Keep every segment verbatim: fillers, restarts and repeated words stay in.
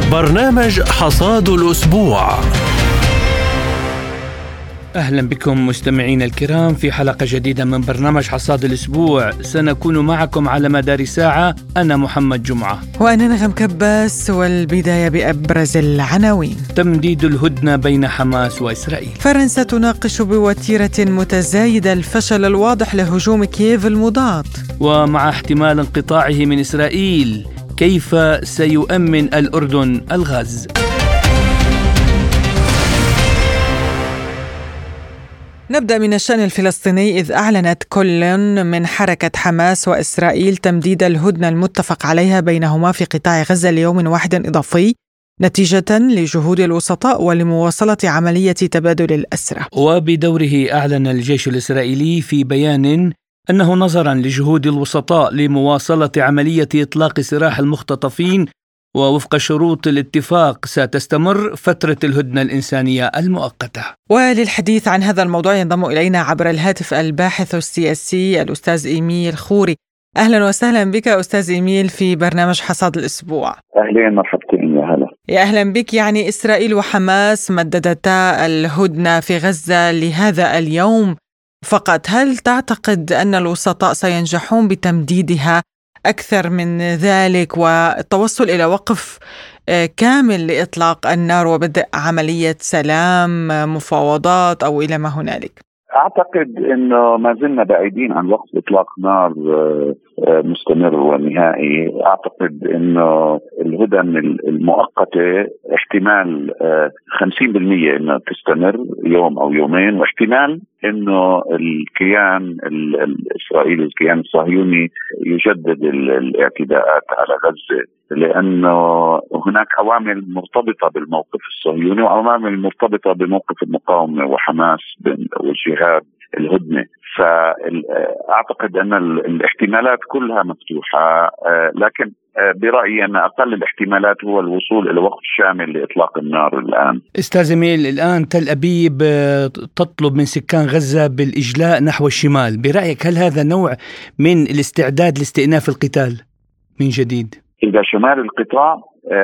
برنامج حصاد الأسبوع. أهلا بكم مستمعين الكرام في حلقة جديدة من برنامج حصاد الأسبوع. سنكون معكم على مدار ساعة. أنا محمد جمعة وأنا نغم كباس. والبداية بأبرز العناوين. تمديد الهدنة بين حماس وإسرائيل. فرنسا تناقش بوتيرة متزايدة الفشل الواضح لهجوم كييف المضاد. ومع احتمال انقطاعه من إسرائيل، كيف سيؤمن الأردن الغاز؟ نبدأ من الشأن الفلسطيني، إذ أعلنت كل من حركة حماس وإسرائيل تمديد الهدنة المتفق عليها بينهما في قطاع غزة ليوم واحد إضافي نتيجة لجهود الوسطاء ولمواصلة عملية تبادل الأسرى. وبدوره أعلن الجيش الإسرائيلي في بيان أنه نظرا لجهود الوسطاء لمواصلة عملية إطلاق سراح المختطفين ووفق شروط الاتفاق ستستمر فترة الهدنة الإنسانية المؤقتة. وللحديث عن هذا الموضوع ينضم إلينا عبر الهاتف الباحث السياسي الأستاذ إيميل خوري. أهلا وسهلا بك أستاذ إيميل في برنامج حصاد الأسبوع. أهلا مرحبتين، يا هلا. يا أهلا بك. يعني إسرائيل وحماس مددتا الهدنة في غزة لهذا اليوم فقط، هل تعتقد أن الوسطاء سينجحون بتمديدها أكثر من ذلك والتوصل إلى وقف كامل لإطلاق النار وبدء عملية سلام، مفاوضات أو إلى ما هنالك؟ أعتقد أنه ما زلنا بعيدين عن وقف إطلاق نار مستمر ونهائي. أعتقد أنه الهدن المؤقتة احتمال خمسين بالمئة أنها تستمر يوم أو يومين، واحتمال أنه الكيان الإسرائيلي الكيان الصهيوني يجدد الاعتداءات على غزة، لأنه هناك عوامل مرتبطة بالموقف الصهيوني وعوامل مرتبطة بموقف المقاومة وحماس والجهاد الهدنة. فأعتقد أن الاحتمالات كلها مفتوحة، لكن برأيي أن أقل الاحتمالات هو الوصول إلى وقت شامل لإطلاق النار الآن. أستاذ إيميل، الآن تل أبيب تطلب من سكان غزة بالإجلاء نحو الشمال، برأيك هل هذا نوع من الاستعداد لاستئناف القتال من جديد؟ إذا شمال القطاع،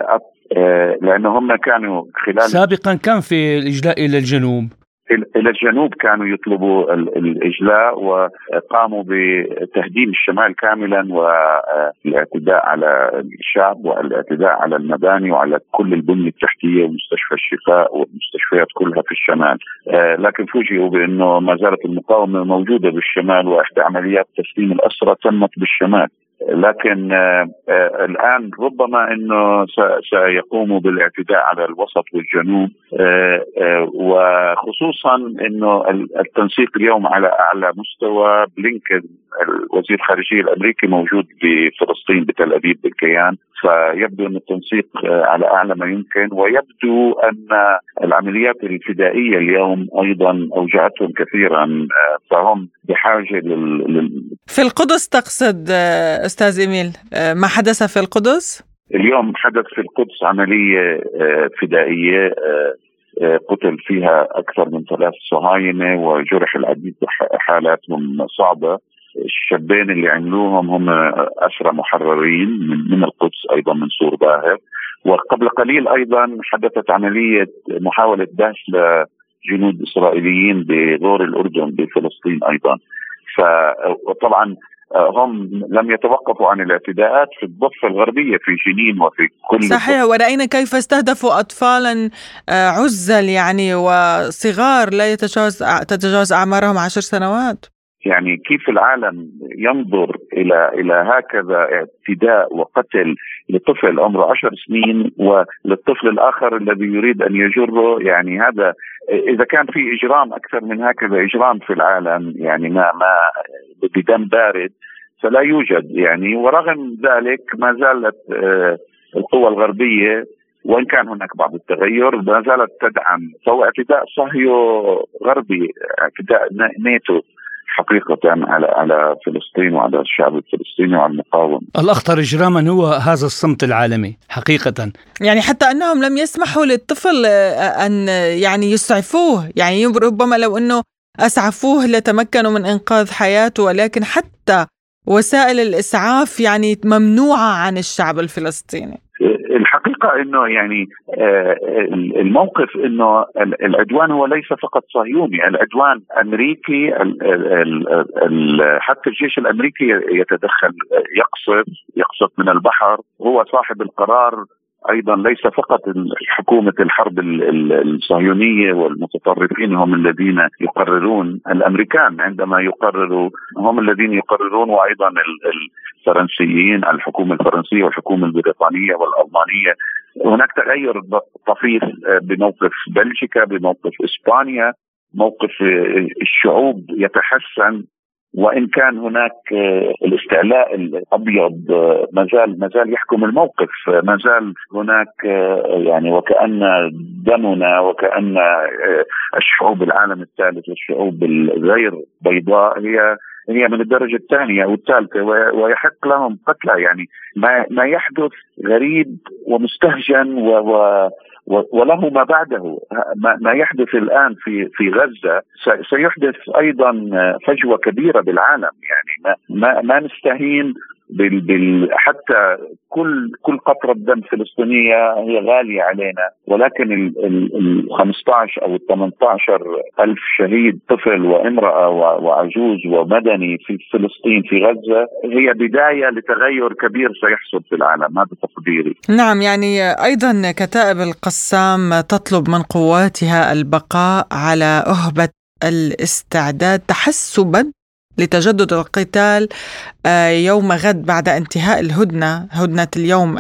لأنه هم كانوا خلال سابقا كان في الإجلاء إلى الجنوب إلى الجنوب كانوا يطلبوا الإجلاء، وقاموا بتهديم الشمال كاملا والاعتداء على الشعب والاعتداء على المباني وعلى كل البنية التحتية ومستشفى الشفاء والمستشفيات كلها في الشمال. لكن فوجئوا بأنه ما زالت المقاومة موجودة بالشمال، وإحدى عمليات تسليم الأسرى تمت بالشمال. لكن آه آه الآن ربما أنه سيقوموا بالاعتداء على الوسط والجنوب، آه آه وخصوصا أنه التنسيق اليوم على أعلى مستوى. بلينكن الوزير الخارجية الأمريكي موجود بفلسطين بتل أبيب بالكيان، فيبدو أن التنسيق آه على أعلى ما يمكن، ويبدو أن العمليات الفدائية اليوم أيضا أوجعتهم كثيرا، آه فهم بحاجة لل... في القدس تقصد أستاذ إيميل ما حدث في القدس؟ اليوم حدث في القدس عملية فدائية قتل فيها أكثر من ثلاث صهاينة وجرح العديد حالاتهم صعبة. الشابين اللي عملوهم هم أسرى محررين من, من القدس، أيضا من سور باهر. وقبل قليل أيضا حدثت عملية محاولة دهش لجنود إسرائيليين بغور الأردن بفلسطين أيضا. فطبعا هم لم يتوقفوا عن الاعتداءات في الضفة الغربية في جنين وفي كل صحيح. ورأينا كيف استهدفوا أطفالا عزل يعني وصغار لا يتجاوز تتجاوز أعمارهم عشر سنوات. يعني كيف العالم ينظر إلى إلى هكذا اعتداء وقتل لطفل عمره عشر سنين وللطفل الآخر الذي يريد أن يجره؟ يعني هذا إذا كان في إجرام أكثر من هكذا إجرام في العالم، يعني ما ما بدم بارد فلا يوجد. يعني ورغم ذلك ما زالت القوى الغربية، وإن كان هناك بعض التغير، ما زالت تدعم. فهو اعتداء صهيو غربي، اعتداء ناتو حقيقة على على فلسطين وعلى الشعب الفلسطيني وعلى المقاومة. الأخطر إجراما هو هذا الصمت العالمي حقيقة. يعني حتى أنهم لم يسمحوا للطفل أن يعني يسعفوه، يعني ربما لو أنه أسعفوه لتمكنوا من إنقاذ حياته، ولكن حتى وسائل الإسعاف يعني ممنوعة عن الشعب الفلسطيني. الحق الحقيقة أنه يعني الموقف أنه العدوان هو ليس فقط صهيوني، العدوان أمريكي، حتى الجيش الأمريكي يتدخل، يقصف يقصف من البحر، هو صاحب القرار أيضا. ليس فقط حكومة الحرب الصهيونية والمتطرفين هم الذين يقررون، الأمريكان عندما يقرروا هم الذين يقررون، وأيضا الفرنسيين، الحكومة الفرنسية والحكومة البريطانية والألمانية. هناك تغير طفيف بموقف بلجيكا، بموقف إسبانيا، موقف الشعوب يتحسن، وإن كان هناك الاستعلاء الأبيض ما زال ما زال يحكم الموقف، ما زال هناك يعني وكأن دمنا، وكأن الشعوب العالم الثالث والشعوب الغير بيضاء هي هي من الدرجة الثانية أو الثالثة، ويحق لهم قتلى. يعني ما ما يحدث غريب ومستهجن و وله ما بعده. ما يحدث الآن في في غزة سيحدث أيضا فجوة كبيرة بالعالم. يعني ما ما نستهين بال بال حتى كل كل قطرة دم فلسطينية هي غالية علينا، ولكن ال خمسة عشر أو ال ثمانية عشر ألف شهيد، طفل وامرأة وعجوز ومدني في فلسطين في غزة هي بداية لتغير كبير سيحصل في العالم. هذا تقديري. نعم، يعني أيضا كتائب القسام تطلب من قواتها البقاء على أهبة الاستعداد تحسبا لتجدد القتال يوم غد بعد انتهاء الهدنة، هدنة اليوم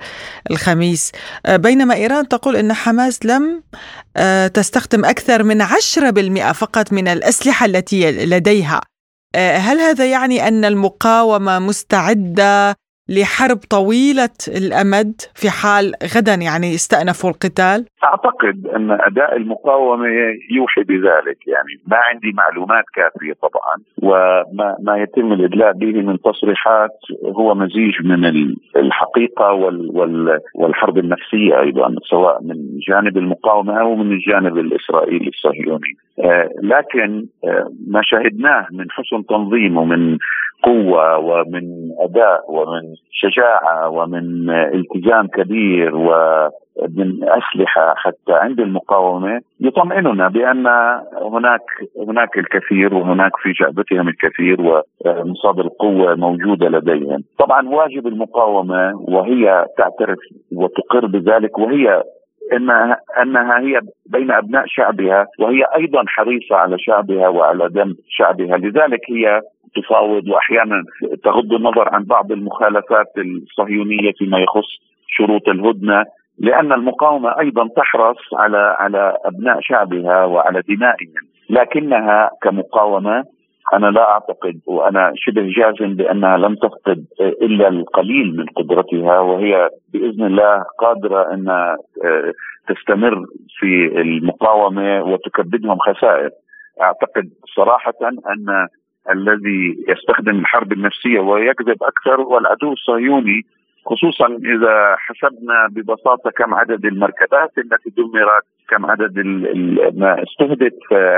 الخميس، بينما إيران تقول أن حماس لم تستخدم أكثر من عشرة بالمئة فقط من الأسلحة التي لديها. هل هذا يعني أن المقاومة مستعدة لحرب طويلة الأمد في حال غدا يعني استأنفوا القتال؟ أعتقد أن أداء المقاومة يوحي بذلك. يعني ما عندي معلومات كافية طبعا، وما ما يتم الإدلاء به من تصريحات هو مزيج من الحقيقة وال والحرب النفسية أيضا، سواء من جانب المقاومة أو من الجانب الإسرائيلي الصهيوني. آه لكن آه ما شاهدناه من حسن تنظيم ومن قوة ومن أداء ومن شجاعة ومن التزام كبير ومن أسلحة حتى عند المقاومة يطمئننا بأن هناك هناك الكثير، وهناك في جعبتهم الكثير، ومصادر القوة موجودة لديهم. طبعا واجب المقاومة، وهي تعترف وتقر بذلك، وهي إنها أنها هي بين أبناء شعبها، وهي أيضا حريصة على شعبها وعلى دم شعبها. لذلك هي تفاوض، وأحيانا تغض النظر عن بعض المخالفات الصهيونية فيما يخص شروط الهدنة، لأن المقاومة أيضا تحرص على على أبناء شعبها وعلى دمائهم. لكنها كمقاومة أنا لا أعتقد، وأنا شبه جازم بأنها لم تفقد إلا القليل من قدرتها، وهي بإذن الله قادرة أن تستمر في المقاومة وتكبدهم خسائر. أعتقد صراحة أن الذي يستخدم الحرب النفسية ويكذب أكثر هو العدو الصهيوني، خصوصا إذا حسبنا ببساطة كم عدد المركبات التي دمرت، كم عدد ما استهدف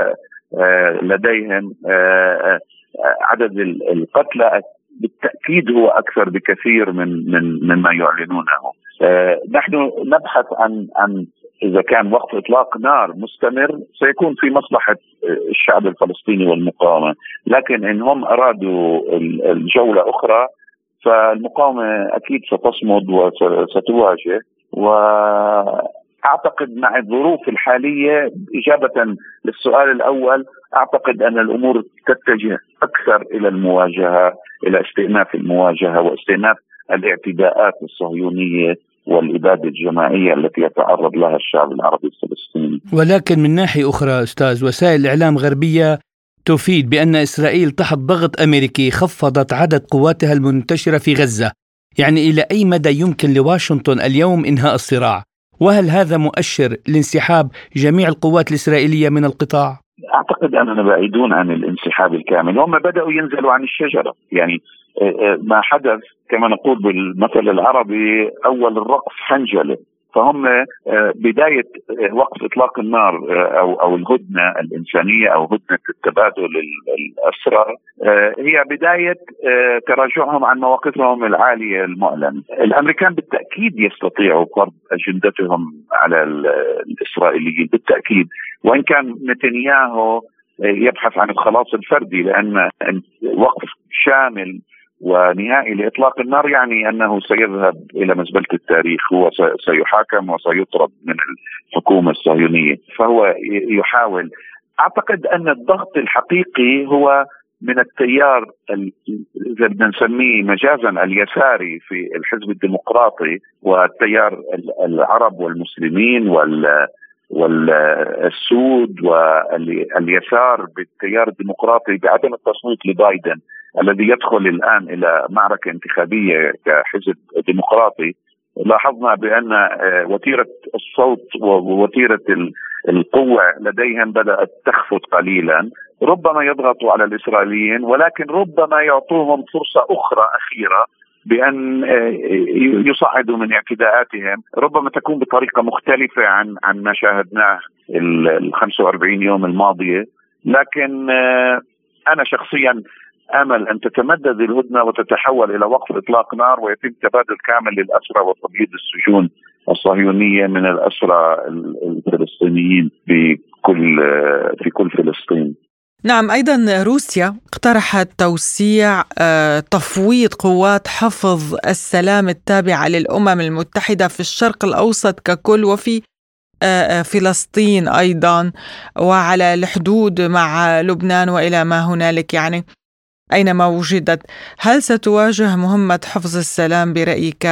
لديهم، عدد القتلى بالتأكيد هو أكثر بكثير من من مما يعلنونه. نحن نبحث عن عن إذا كان وقف إطلاق نار مستمر سيكون في مصلحة الشعب الفلسطيني والمقاومة، لكن إن هم أرادوا الجولة أخرى فالمقاومة أكيد ستصمد وستواجه. وأعتقد مع الظروف الحالية، إجابة للسؤال الأول، أعتقد أن الأمور تتجه أكثر إلى المواجهة، إلى استئناف المواجهة واستئناف الاعتداءات الصهيونية والإبادة الجماعية التي يتعرض لها الشعب العربي الفلسطيني. ولكن من ناحية أخرى أستاذ، وسائل إعلام غربية تفيد بأن إسرائيل تحت ضغط أمريكي خفضت عدد قواتها المنتشرة في غزة. يعني إلى أي مدى يمكن لواشنطن اليوم إنهاء الصراع؟ وهل هذا مؤشر لانسحاب جميع القوات الإسرائيلية من القطاع؟ أعتقد أننا بعيدون عن الانسحاب الكامل. هم بدأوا ينزلوا عن الشجرة. يعني ما حدث كما نقول بالمثل العربي، أول الرقص حنجلة. فهم بداية وقف إطلاق النار أو أو الهدنة الإنسانية أو هدنة التبادل الأسرى هي بداية تراجعهم عن مواقفهم العالية المعلنة. الأمريكان بالتأكيد يستطيعوا فرض أجندتهم على الإسرائيليين بالتأكيد، وإن كان نتنياهو يبحث عن الخلاص الفردي، لأن وقف شامل ونهائي لإطلاق النار يعني أنه سيذهب إلى مزبلة التاريخ، هو سيحاكم وسيطرد من الحكومة الصهيونية. فهو يحاول، أعتقد أن الضغط الحقيقي هو من التيار إذا بدنا نسميه مجازا اليساري في الحزب الديمقراطي، والتيار العرب والمسلمين وال والسود واليسار بالتيار الديمقراطي بعدم التصويت لبايدن الذي يدخل الآن إلى معركة انتخابية كحزب ديمقراطي. لاحظنا بأن وتيرة الصوت ووتيرة القوة لديهم بدأت تخفت قليلا، ربما يضغطوا على الإسرائيليين ولكن ربما يعطوهم فرصة أخرى أخيرة بأن يصعدوا من اعتداءاتهم، ربما تكون بطريقة مختلفة عن عن ما شاهدناه ال خمسة وأربعين يوم الماضية. لكن أنا شخصيا آمل أن تتمدد الهدنة وتتحول إلى وقف إطلاق نار ويتم تبادل كامل للأسرى وتبييض السجون الصهيونية من الأسرى الفلسطينيين في كل في كل فلسطين. نعم، أيضا روسيا اقترحت توسيع تفويض قوات حفظ السلام التابعة للأمم المتحدة في الشرق الأوسط ككل وفي فلسطين أيضا وعلى الحدود مع لبنان وإلى ما هنالك، يعني أينما وجدت. هل ستواجه مهمة حفظ السلام برأيك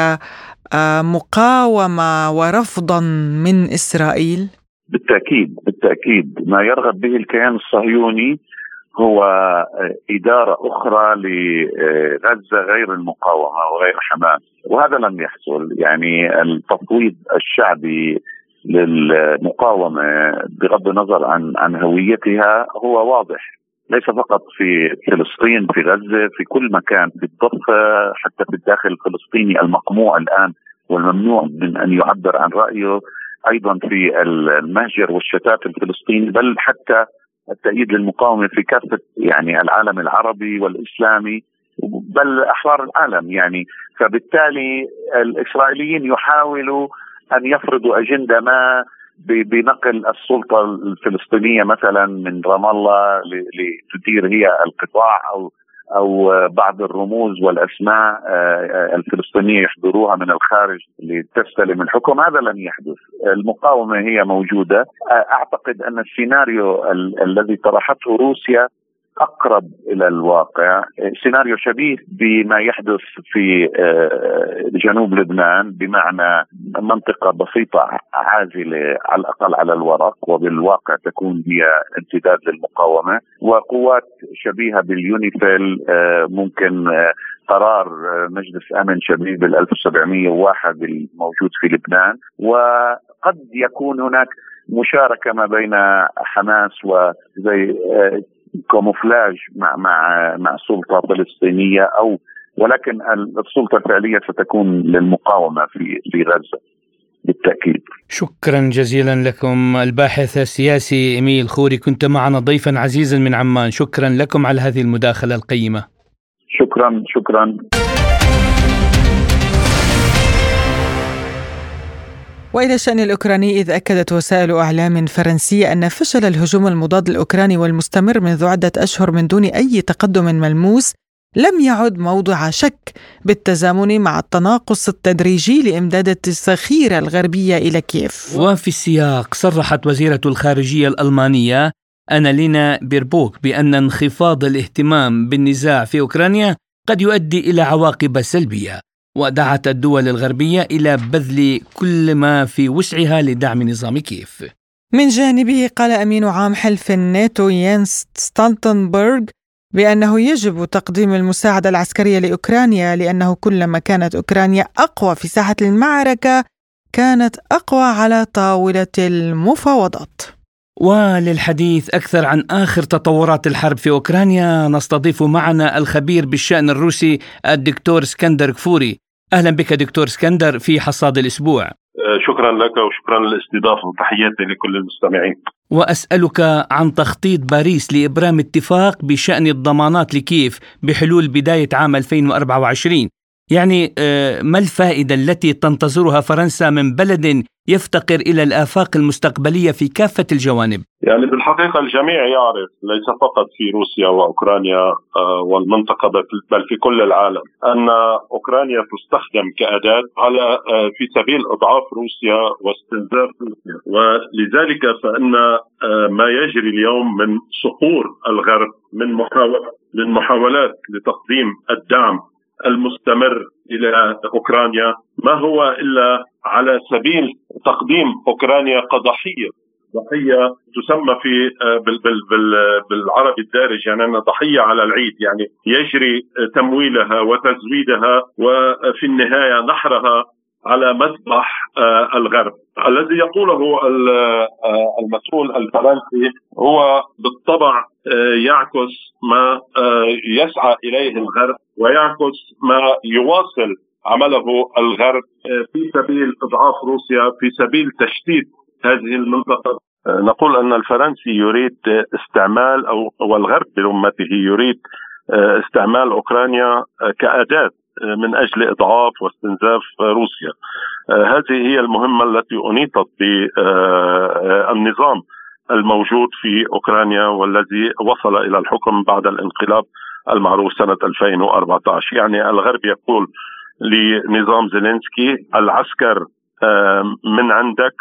مقاومة ورفضا من إسرائيل؟ بالتأكيد بالتأكيد ما يرغب به الكيان الصهيوني هو إدارة أخرى لغزة غير المقاومة وغير حماس، وهذا لم يحصل. يعني التفويض الشعبي للمقاومة بغض النظر عن عن هويتها هو واضح، ليس فقط في فلسطين، في غزة، في كل مكان، بالضبط حتى في الداخل الفلسطيني المقموع الآن والممنوع من أن يعبر عن رأيه، أيضا في المهجر والشتات الفلسطيني، بل حتى التأييد للمقاومة في كافة يعني العالم العربي والإسلامي بل أحرار العالم. يعني فبالتالي الإسرائيليين يحاولوا أن يفرضوا أجندة ما بنقل السلطة الفلسطينية مثلا من رام الله لتدير هي القطاع أو أو بعض الرموز والأسماء الفلسطينية يحضروها من الخارج لتستلم الحكم. هذا لن يحدث، المقاومة هي موجودة. أعتقد أن السيناريو ال- الذي طرحته روسيا أقرب إلى الواقع، سيناريو شبيه بما يحدث في جنوب لبنان، بمعنى منطقة بسيطة عازلة على الأقل على الورق وبالواقع تكون هي امتداد للمقاومة، وقوات شبيهة باليونيفيل، ممكن قرار مجلس أمن شبيه بال ألف وسبعمئة وواحد الموجود في لبنان، وقد يكون هناك مشاركة ما بين حماس وزي كوموفلاج مع مع مع سلطة فلسطينية، أو ولكن السلطة الفعلية ستكون للمقاومة في في غزة بالتأكيد. شكرا جزيلا لكم الباحث السياسي إميل خوري، كنت معنا ضيفا عزيزا من عمان. شكرا لكم على هذه المداخلة القيمة. شكرا شكرا. وإلى الشأن الأوكراني، إذ أكدت وسائل أعلام فرنسية أن فشل الهجوم المضاد الأوكراني والمستمر منذ عدة أشهر من دون أي تقدم ملموس لم يعد موضع شك بالتزامن مع التناقص التدريجي لإمداد الذخيرة الغربية إلى كييف. وفي السياق صرحت وزيرة الخارجية الألمانية أنالينا بيربوك بأن انخفاض الاهتمام بالنزاع في أوكرانيا قد يؤدي إلى عواقب سلبية، ودعت الدول الغربية إلى بذل كل ما في وسعها لدعم نظام كييف. من جانبه قال أمين عام حلف الناتو يانس ستولتنبرغ بأنه يجب تقديم المساعدة العسكرية لأوكرانيا، لأنه كلما كانت أوكرانيا أقوى في ساحة المعركة كانت أقوى على طاولة المفاوضات. وللحديث أكثر عن آخر تطورات الحرب في أوكرانيا نستضيف معنا الخبير بالشأن الروسي الدكتور اسكندر كفوري. أهلا بك دكتور اسكندر في حصاد الأسبوع. شكرا لك وشكرا للاستضافة وتحياتي لكل المستمعين. وأسألك عن تخطيط باريس لإبرام اتفاق بشأن الضمانات لكييف بحلول بداية عام ألفين وأربعة وعشرين. يعني ما الفائدة التي تنتظرها فرنسا من بلد يفتقر إلى الآفاق المستقبلية في كافة الجوانب؟ يعني بالحقيقة الجميع يعرف ليس فقط في روسيا وأوكرانيا والمنطقة بل في كل العالم أن أوكرانيا تستخدم كأداة على في سبيل إضعاف روسيا واستنزاف روسيا، ولذلك فإن ما يجري اليوم من صقور الغرب من محاولات من محاولات لتقديم الدعم المستمر إلى أوكرانيا ما هو إلا على سبيل تقديم أوكرانيا كضحية ضحية تسمى في بال بال بال بالعربي الدارج يعني أنها ضحية على العيد، يعني يجري تمويلها وتزويدها وفي النهاية نحرها على مذبح الغرب. الذي يقوله المسؤول الفرنسي هو بالطبع يعكس ما يسعى إليه الغرب ويعكس ما يواصل عمله الغرب في سبيل إضعاف روسيا في سبيل تشتيت هذه المنطقة. نقول أن الفرنسي يريد استعمال أو والغرب برمته يريد استعمال أوكرانيا كأداة من أجل إضعاف واستنزاف روسيا. هذه هي المهمة التي أنيطت بالنظام الموجود في أوكرانيا والذي وصل إلى الحكم بعد الانقلاب المعروف سنة ألفين وأربعة عشر. يعني الغرب يقول لنظام زيلينسكي العسكر من عندك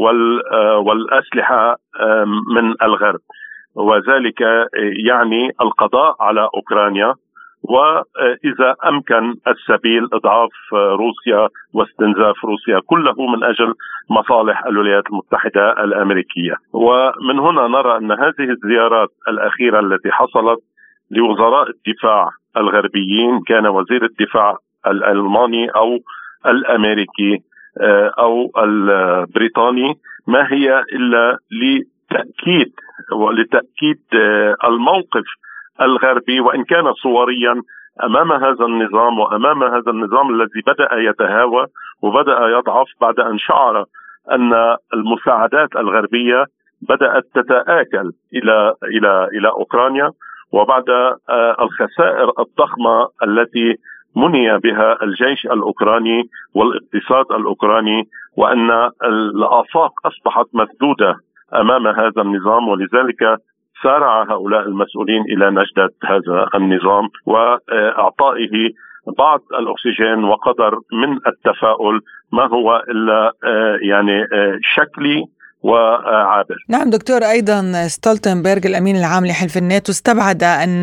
والأسلحة من الغرب، وذلك يعني القضاء على أوكرانيا، وإذا أمكن السبيل إضعاف روسيا واستنزاف روسيا، كله من أجل مصالح الولايات المتحدة الأمريكية. ومن هنا نرى أن هذه الزيارات الأخيرة التي حصلت لوزراء الدفاع الغربيين، كان وزير الدفاع الألماني أو الأمريكي أو البريطاني، ما هي إلا لتأكيد ولتأكيد الموقف الغربي وإن كان صوريا أمام هذا النظام وأمام هذا النظام الذي بدأ يتهاوى وبدأ يضعف بعد أن شعر أن المساعدات الغربية بدأت تتآكل إلى إلى إلى أوكرانيا، وبعد الخسائر الضخمة التي مني بها الجيش الأوكراني والاقتصاد الأوكراني، وأن الآفاق أصبحت مسدودة أمام هذا النظام. ولذلك سارع هؤلاء المسؤولين إلى نجدة هذا النظام وإعطائه بعض الأكسجين وقدر من التفاؤل، ما هو إلا يعني شكلي وعابر. نعم دكتور، أيضا ستولتنبرغ الأمين العام لحلف الناتو استبعد أن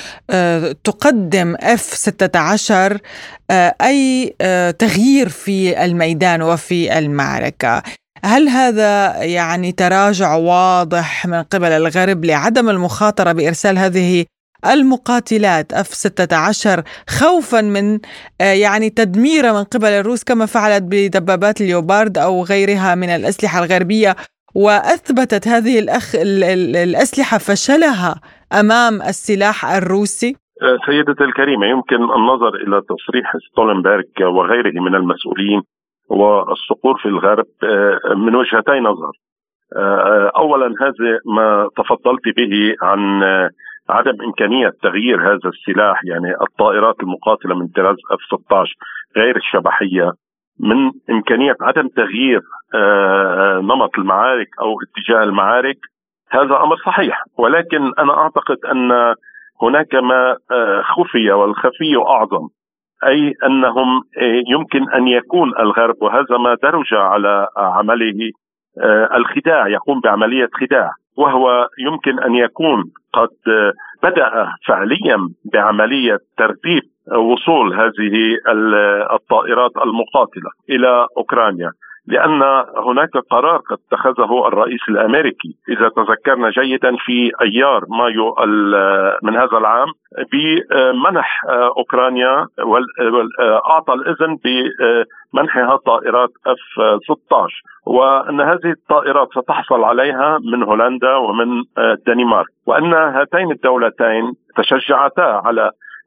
تقدم إف ستة عشر أي تغيير في الميدان وفي المعركة. هل هذا يعني تراجع واضح من قبل الغرب لعدم المخاطرة بإرسال هذه المقاتلات إف ستة عشر خوفا من يعني تدمير من قبل الروس كما فعلت بدبابات اليوبارد أو غيرها من الأسلحة الغربية، وأثبتت هذه الأخ... الأسلحة فشلها أمام السلاح الروسي؟ سيدتي الكريمة، يمكن النظر إلى تصريح ستولتنبرغ وغيره من المسؤولين والصقور في الغرب من وجهتي نظر. أولا هذا ما تفضلت به عن عدم إمكانية تغيير هذا السلاح، يعني الطائرات المقاتلة من طراز إف ستة عشر غير الشبحية، من إمكانية عدم تغيير نمط المعارك أو اتجاه المعارك، هذا أمر صحيح. ولكن أنا أعتقد أن هناك ما خفي والخفي أعظم، أي أنهم يمكن أن يكون الغرب، وهذا ما درج على عمله، الخداع، يقوم بعملية خداع، وهو يمكن أن يكون قد بدأ فعليا بعملية ترتيب وصول هذه الطائرات المقاتلة إلى أوكرانيا، لأن هناك قرار قد اتخذه الرئيس الأمريكي إذا تذكرنا جيدا في أيار مايو من هذا العام بمنح أوكرانيا، وأعطى الإذن بمنحها طائرات إف ستة عشر، وأن هذه الطائرات ستحصل عليها من هولندا ومن الدنمارك، وأن هاتين الدولتين تشجعتا على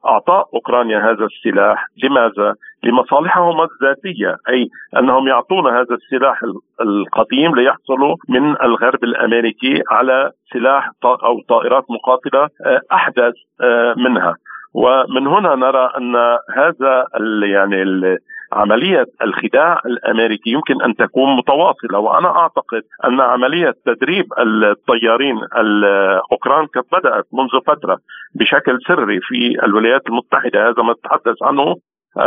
أعطاء أوكرانيا هذا السلاح. لماذا؟ لمصالحهم الذاتية، أي أنهم يعطون هذا السلاح القديم ليحصلوا من الغرب الأمريكي على سلاح أو طائرات مقاتلة أحدث منها. ومن هنا نرى أن هذا يعني عملية الخداع الأمريكي يمكن أن تكون متواصلة. وأنا أعتقد أن عملية تدريب الطيارين الأوكران قد بدأت منذ فترة بشكل سري في الولايات المتحدة. هذا ما يتحدث عنه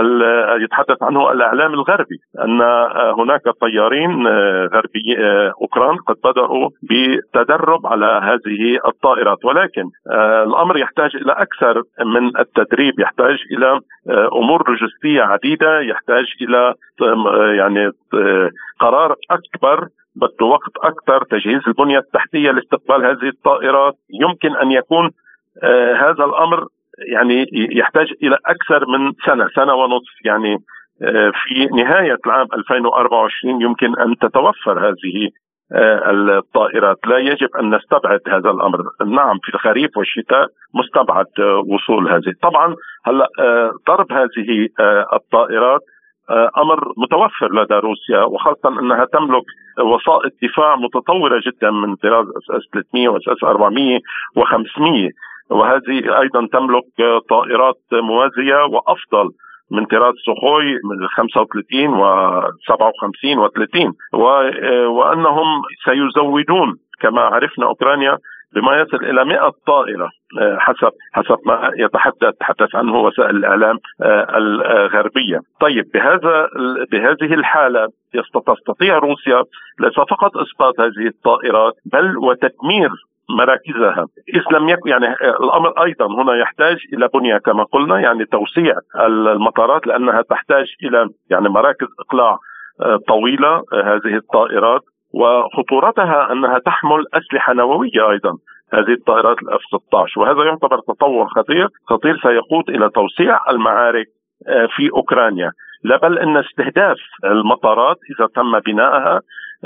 يتحدث عنه الإعلام الغربي، أن هناك طيارين غربي أوكران قد بدأوا بتدرب على هذه الطائرات. ولكن الأمر يحتاج إلى أكثر من التدريب، يحتاج إلى أمور لوجستية عديدة، يحتاج إلى يعني قرار أكبر، بده وقت أكثر، تجهيز البنية التحتية لاستقبال هذه الطائرات. يمكن أن يكون هذا الأمر يعني يحتاج إلى أكثر من سنة سنة ونصف. يعني في نهاية العام ألفين وأربعة وعشرين يمكن أن تتوفر هذه الطائرات. لا يجب أن نستبعد هذا الأمر. نعم في الخريف والشتاء مستبعد وصول هذه. طبعا هلا ضرب هذه الطائرات أمر متوفر لدى روسيا، وخاصة أنها تملك وسائط دفاع متطورة جدا من طراز اس اس ثلاثمئة واس اس أربعمئة وخمسمئة، وهذه أيضا تملك طائرات موازية وأفضل من طراز سوخوي من خمسة وثلاثين وسبعة وخمسين وثلاثين، وأنهم سيزودون كما عرفنا أوكرانيا بما يصل إلى مئة طائرة حسب حسب ما يتحدث تحدث عنه وسائل الإعلام الغربية. طيب بهذا بهذه الحالة تستطيع روسيا ليس فقط إسقاط هذه الطائرات بل وتدمير مراكزها. إذ لم يكن يعني الأمر أيضا هنا يحتاج إلى بنية كما قلنا، يعني توسيع المطارات، لأنها تحتاج إلى يعني مراكز إقلاع طويلة هذه الطائرات، وخطورتها أنها تحمل أسلحة نووية أيضا هذه الطائرات الإف ستة عشر، وهذا يعتبر تطور خطير خطير سيقود إلى توسيع المعارك في أوكرانيا. لا بل أن استهداف المطارات إذا تم بنائها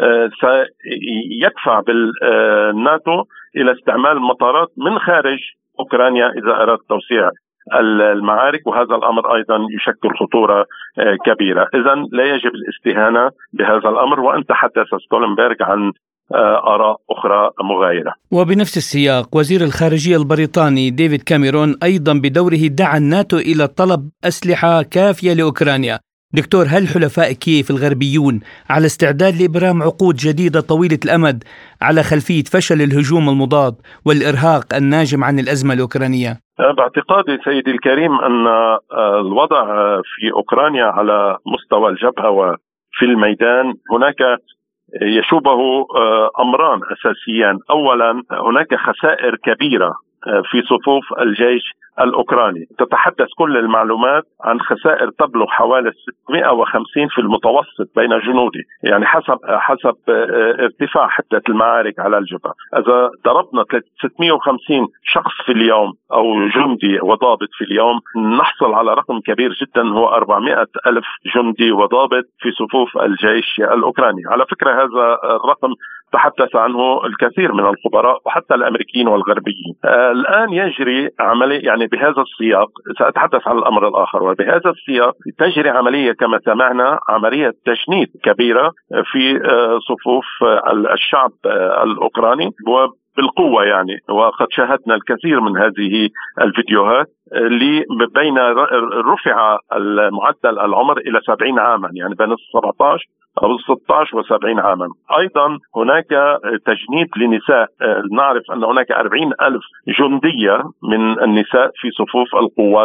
سيدفع بالناتو إلى استعمال المطارات من خارج أوكرانيا إذا أراد توسيع المعارك، وهذا الأمر أيضا يشكل خطورة كبيرة. إذن لا يجب الاستهانة بهذا الأمر. وأن تحدث ستولنبرغ عن آراء أخرى مغايرة. وبنفس السياق وزير الخارجية البريطاني ديفيد كاميرون أيضا بدوره دعا الناتو إلى طلب أسلحة كافية لأوكرانيا. دكتور، هل حلفاء كييف الغربيون على استعداد لإبرام عقود جديدة طويلة الأمد على خلفية فشل الهجوم المضاد والإرهاق الناجم عن الأزمة الأوكرانية؟ باعتقادي سيدي الكريم أن الوضع في أوكرانيا على مستوى الجبهة وفي الميدان هناك يشوبه أمران أساسيان. أولا هناك خسائر كبيرة في صفوف الجيش الأوكراني. تتحدث كل المعلومات عن خسائر تبلغ حوالي ستمئة وخمسين في المتوسط بين جنوده، يعني حسب حسب ارتفاع حدة المعارك على الجبهة. إذا ضربنا ستمئة وخمسين شخص في اليوم أو جندي وضابط في اليوم نحصل على رقم كبير جدا هو أربعمئة ألف جندي وضابط في صفوف الجيش الأوكراني. على فكرة هذا الرقم تحدث عنه الكثير من الخبراء وحتى الأمريكيين والغربيين. آه الآن يجري عملية يعني بهذا السياق. سأتحدث عن الأمر الآخر. وبهذا السياق تجري عملية كما سمعنا عملية تجنيد كبيرة في آه صفوف آه الشعب آه الأوكراني بالقوة يعني. وقد شاهدنا الكثير من هذه الفيديوهات اللي بين رفع المعدل العمر إلى سبعين عاما، يعني بين سبعة عشر أو ستة عشر وسبعين عاما. أيضا هناك تجنيد لنساء. نعرف أن هناك أربعين ألف جندية من النساء في صفوف القوات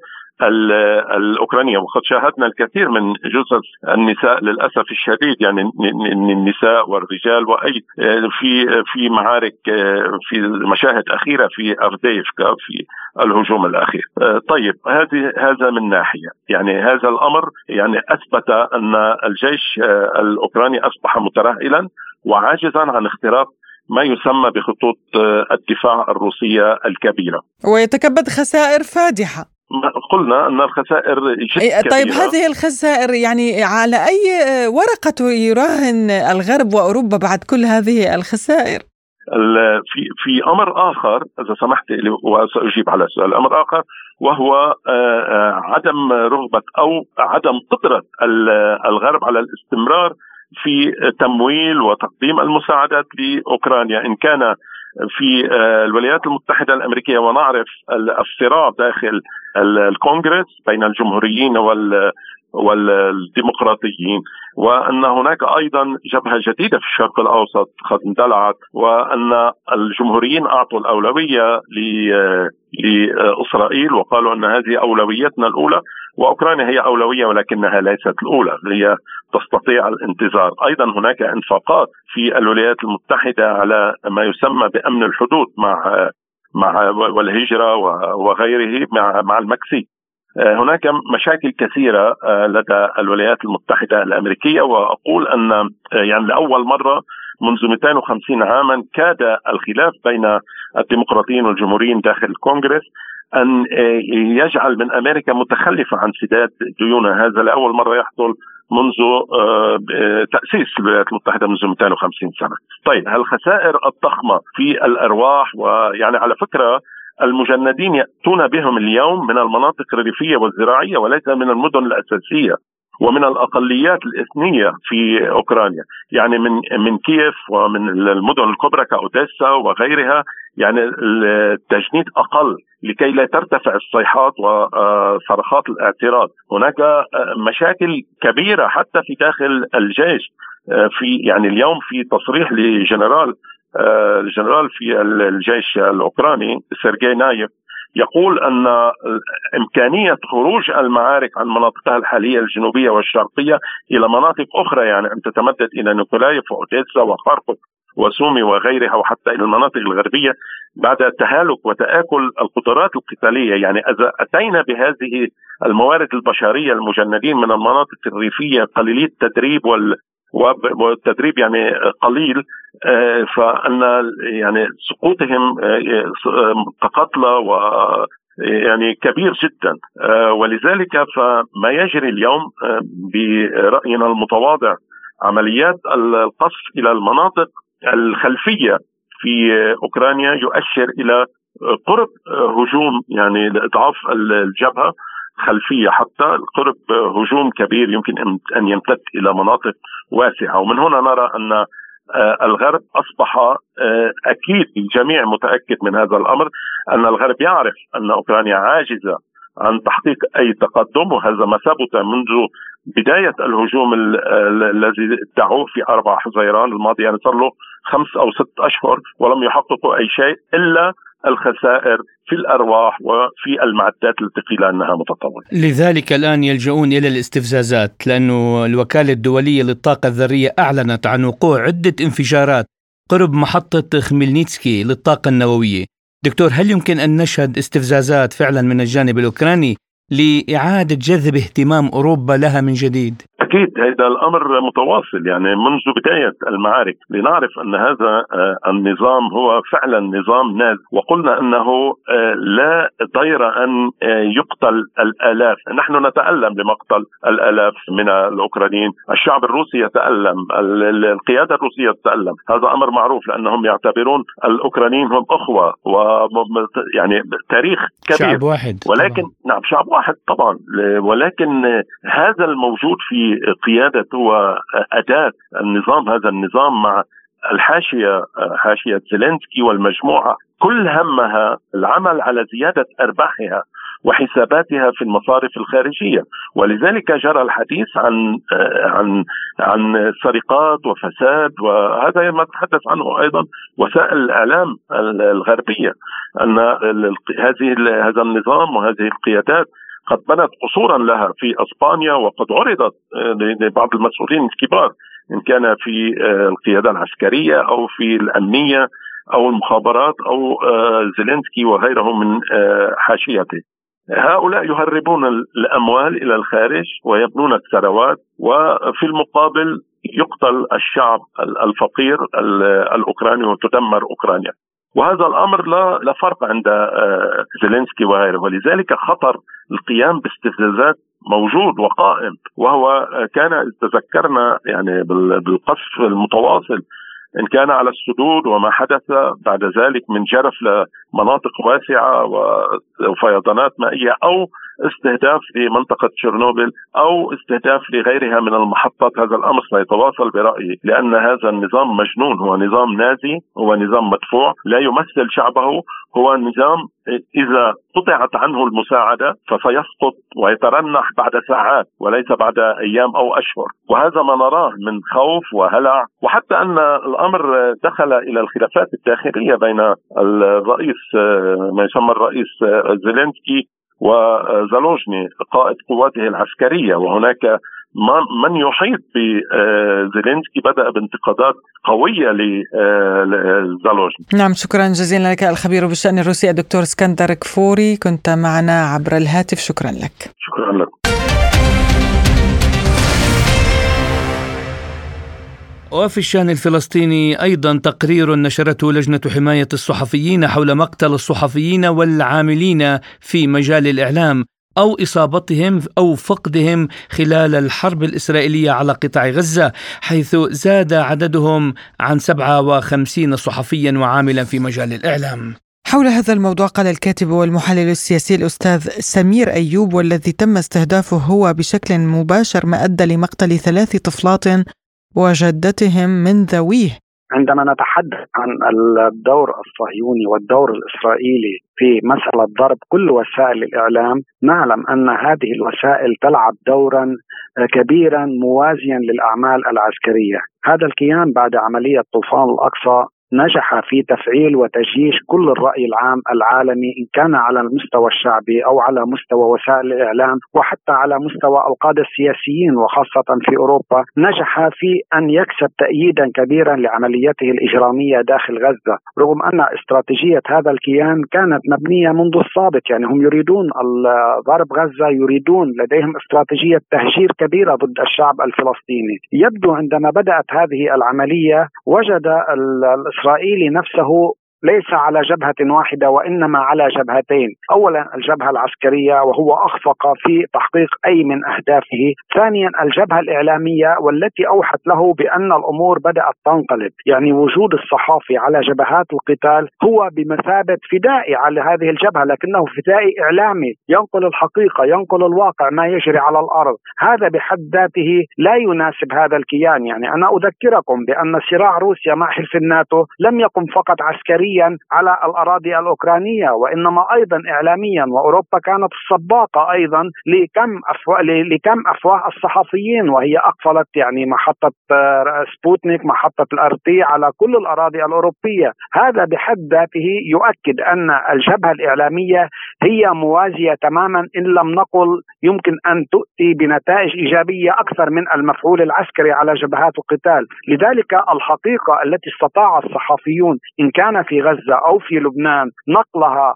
الأوكرانية، وقد شاهدنا الكثير من جثث النساء للأسف الشديد، يعني النساء والرجال وأي في في معارك في مشاهد أخيرة في أفديفكا في الهجوم الأخير. طيب هذه هذا من ناحية، يعني هذا الأمر يعني أثبت أن الجيش الأوكراني أصبح مترهلا وعاجزا عن اختراق ما يسمى بخطوط الدفاع الروسية الكبيرة، ويتكبد خسائر فادحة. قلنا أن الخسائر جدا طيب كبيرة. هذه الخسائر يعني على أي ورقة يراهن الغرب وأوروبا بعد كل هذه الخسائر؟ في في أمر آخر إذا سمحت لي وسأجيب على سؤال أمر آخر، وهو عدم رغبة أو عدم قدرة الغرب على الاستمرار في تمويل وتقديم المساعدات لأوكرانيا، إن كان في الولايات المتحدة الأمريكية، ونعرف الصراع داخل الكونغرس بين الجمهوريين وال والديمقراطيين، وأن هناك أيضا جبهة جديدة في الشرق الأوسط قد اندلعت، وأن الجمهوريين أعطوا الأولوية لإسرائيل وقالوا أن هذه أولويتنا الأولى، وأوكرانيا هي أولوية ولكنها ليست الأولى، هي تستطيع الانتظار. أيضا هناك انفاقات في الولايات المتحدة على ما يسمى بأمن الحدود مع مع والهجرة وغيره مع مع المكسيك. هناك مشاكل كثيرة لدى الولايات المتحدة الأمريكية، وأقول أن يعني لأول مرة منذ مئتين وخمسين عاما كاد الخلاف بين الديمقراطيين والجمهوريين داخل الكونغرس أن يجعل من أمريكا متخلفة عن سداد ديونها. هذا لأول مرة يحصل منذ تأسيس الولايات المتحدة منذ مئتين وخمسين سنة. طيب، هالخسائر الضخمة في الأرواح، ويعني على فكرة المجندين يأتون بهم اليوم من المناطق الريفية والزراعية وليس من المدن الأساسية ومن الأقليات الإثنية في أوكرانيا، يعني من من كييف ومن المدن الكبرى كأوديسا وغيرها. يعني التجنيد أقل لكي لا ترتفع الصيحات وصرخات الاعتراض. هناك مشاكل كبيرة حتى في داخل الجيش. في يعني اليوم في تصريح لجنرال الجنرال في الجيش الأوكراني سيرجي نايف يقول أن إمكانية خروج المعارك عن مناطقها الحالية الجنوبية والشرقية إلى مناطق أخرى، يعني أن تتمدد إلى نيكولايف وأوديسا وخاركوف وسومي وغيرها وحتى إلى المناطق الغربية بعد تهالك وتآكل القدرات القتالية. يعني إذا أتينا بهذه الموارد البشرية المجندين من المناطق الريفية قليلي التدريب وال والتدريب يعني قليل، فأن يعني سقوطهم كقتلى و يعني كبير جدا. ولذلك فما يجري اليوم برأينا المتواضع عمليات القصف إلى المناطق الخلفية في أوكرانيا يؤشر إلى قرب هجوم، يعني لإضعاف الجبهة خلفية حتى قرب هجوم كبير يمكن أن يمتد إلى مناطق واسعة. ومن هنا نرى أن الغرب أصبح أكيد، الجميع متأكد من هذا الأمر، أن الغرب يعرف أن أوكرانيا عاجزة عن تحقيق أي تقدم، وهذا ما ثبت منذ بداية الهجوم الذي ادعوه في أربعة حزيران الماضي، يعني صار له خمس أو ست أشهر ولم يحققوا أي شيء إلا الخسائر في الأرواح وفي المعدات التي قيل أنها متطورة. لذلك الآن يلجؤون إلى الاستفزازات، لأنه الوكالة الدولية للطاقة الذرية أعلنت عن وقوع عدة انفجارات قرب محطة خميلنيتسكي للطاقة النووية. دكتور، هل يمكن أن نشهد استفزازات فعلا من الجانب الأوكراني لإعادة جذب اهتمام أوروبا لها من جديد؟ أكيد هذا الأمر متواصل، يعني منذ بداية المعارك لنعرف أن هذا النظام هو فعلا نظام نازي، وقلنا أنه لا ضير أن يقتل الآلاف. نحن نتألم لمقتل الآلاف من الأوكرانيين، الشعب الروسي يتألم، القيادة الروسية تتألم، هذا أمر معروف لأنهم يعتبرون الأوكرانيين هم أخوة ويعني تاريخ كبير، شعب واحد ولكن طبعا. نعم شعب واحد طبعا، ولكن هذا الموجود في قيادة وأداة النظام، هذا النظام مع الحاشية حاشية زيلينسكي والمجموعة كل همها العمل على زيادة أرباحها وحساباتها في المصارف الخارجية. ولذلك جرى الحديث عن عن عن سرقات وفساد، وهذا ما تحدث عنه أيضا وسائل الإعلام الغربية، أن هذه هذا النظام وهذه القيادات قد بنت قصورا لها في أسبانيا، وقد عرضت لبعض المسؤولين الكبار إن كان في القيادة العسكرية أو في الأمنية أو المخابرات أو زيلينسكي وغيرهم من حاشيته. هؤلاء يهربون الأموال إلى الخارج ويبنون الثروات، وفي المقابل يقتل الشعب الفقير الأوكراني وتدمر أوكرانيا. وهذا الأمر لا لا فرق عند زيلينسكي وغيره، ولذلك خطر القيام باستفزازات موجود وقائم، وهو كان تذكرنا يعني بالقصف المتواصل إن كان على السدود وما حدث بعد ذلك من جرف لمناطق واسعة وفيضانات مائية، أو استهداف لمنطقة تشيرنوبل أو استهداف لغيرها من المحطات، هذا الأمر سيتواصل برأيي، لأن هذا النظام مجنون، هو نظام نازي، هو نظام مدفوع لا يمثل شعبه، هو نظام إذا قطعت عنه المساعدة فسيسقط ويترنح بعد ساعات وليس بعد أيام أو أشهر. وهذا ما نراه من خوف وهلع، وحتى أن الأمر دخل إلى الخلافات الداخلية بين الرئيس ما يسمى الرئيس زيلينسكي وزالوجني قائد قواته العسكرية، وهناك من يحيط بزيلينسكي بدأ بانتقادات قوية لزالوجني. نعم، شكرا جزيلا لك الخبير بالشأن الروسي الدكتور اسكندر كفوري، كنت معنا عبر الهاتف. شكرا لك. شكرا لك. وفي الشأن الفلسطيني أيضا تقرير نشرته لجنة حماية الصحفيين حول مقتل الصحفيين والعاملين في مجال الإعلام أو إصابتهم أو فقدهم خلال الحرب الإسرائيلية على قطاع غزة، حيث زاد عددهم عن سبعة وخمسين صحفيا وعاملا في مجال الإعلام. حول هذا الموضوع قال الكاتب والمحلل السياسي الأستاذ سمير أيوب، والذي تم استهدافه هو بشكل مباشر ما أدى لمقتل ثلاث طفلات وجدتهم من ذويه. عندما نتحدث عن الدور الصهيوني والدور الإسرائيلي في مسألة ضرب كل وسائل الإعلام، نعلم أن هذه الوسائل تلعب دورا كبيرا موازيا للأعمال العسكرية. هذا الكيان بعد عملية طوفان الأقصى نجح في تفعيل وتجيش كل الرأي العام العالمي، إن كان على المستوى الشعبي أو على مستوى وسائل الإعلام وحتى على مستوى القادة السياسيين، وخاصة في أوروبا نجح في أن يكسب تأييدا كبيرا لعمليته الإجرامية داخل غزة، رغم أن استراتيجية هذا الكيان كانت مبنية منذ السابق. يعني هم يريدون ضرب غزة، يريدون لديهم استراتيجية تهجير كبيرة ضد الشعب الفلسطيني. يبدو عندما بدأت هذه العملية وجد الإسرائيلي نفسه ليس على جبهة واحدة وإنما على جبهتين. أولا الجبهة العسكرية وهو أخفق في تحقيق أي من أهدافه، ثانيا الجبهة الإعلامية والتي أوحت له بأن الأمور بدأت تنقلب. يعني وجود الصحافي على جبهات القتال هو بمثابة فدائي على هذه الجبهة، لكنه فدائي إعلامي ينقل الحقيقة، ينقل الواقع، ما يجري على الأرض. هذا بحد ذاته لا يناسب هذا الكيان. يعني أنا أذكركم بأن صراع روسيا مع حلف الناتو لم يقم فقط عسكريا على الأراضي الأوكرانية، وإنما أيضا إعلاميا، وأوروبا كانت السباقة أيضا لكم أفواه لكم أفواه الصحفيين، وهي أقفلت يعني محطة سبوتنيك، محطة الأرتي على كل الأراضي الأوروبية. هذا بحد ذاته يؤكد أن الجبهة الإعلامية هي موازية تماما، إن لم نقل يمكن أن تؤتي بنتائج إيجابية أكثر من المفعول العسكري على جبهات القتال. لذلك الحقيقة التي استطاع الصحفيون إن كان في غزة أو في لبنان نقلها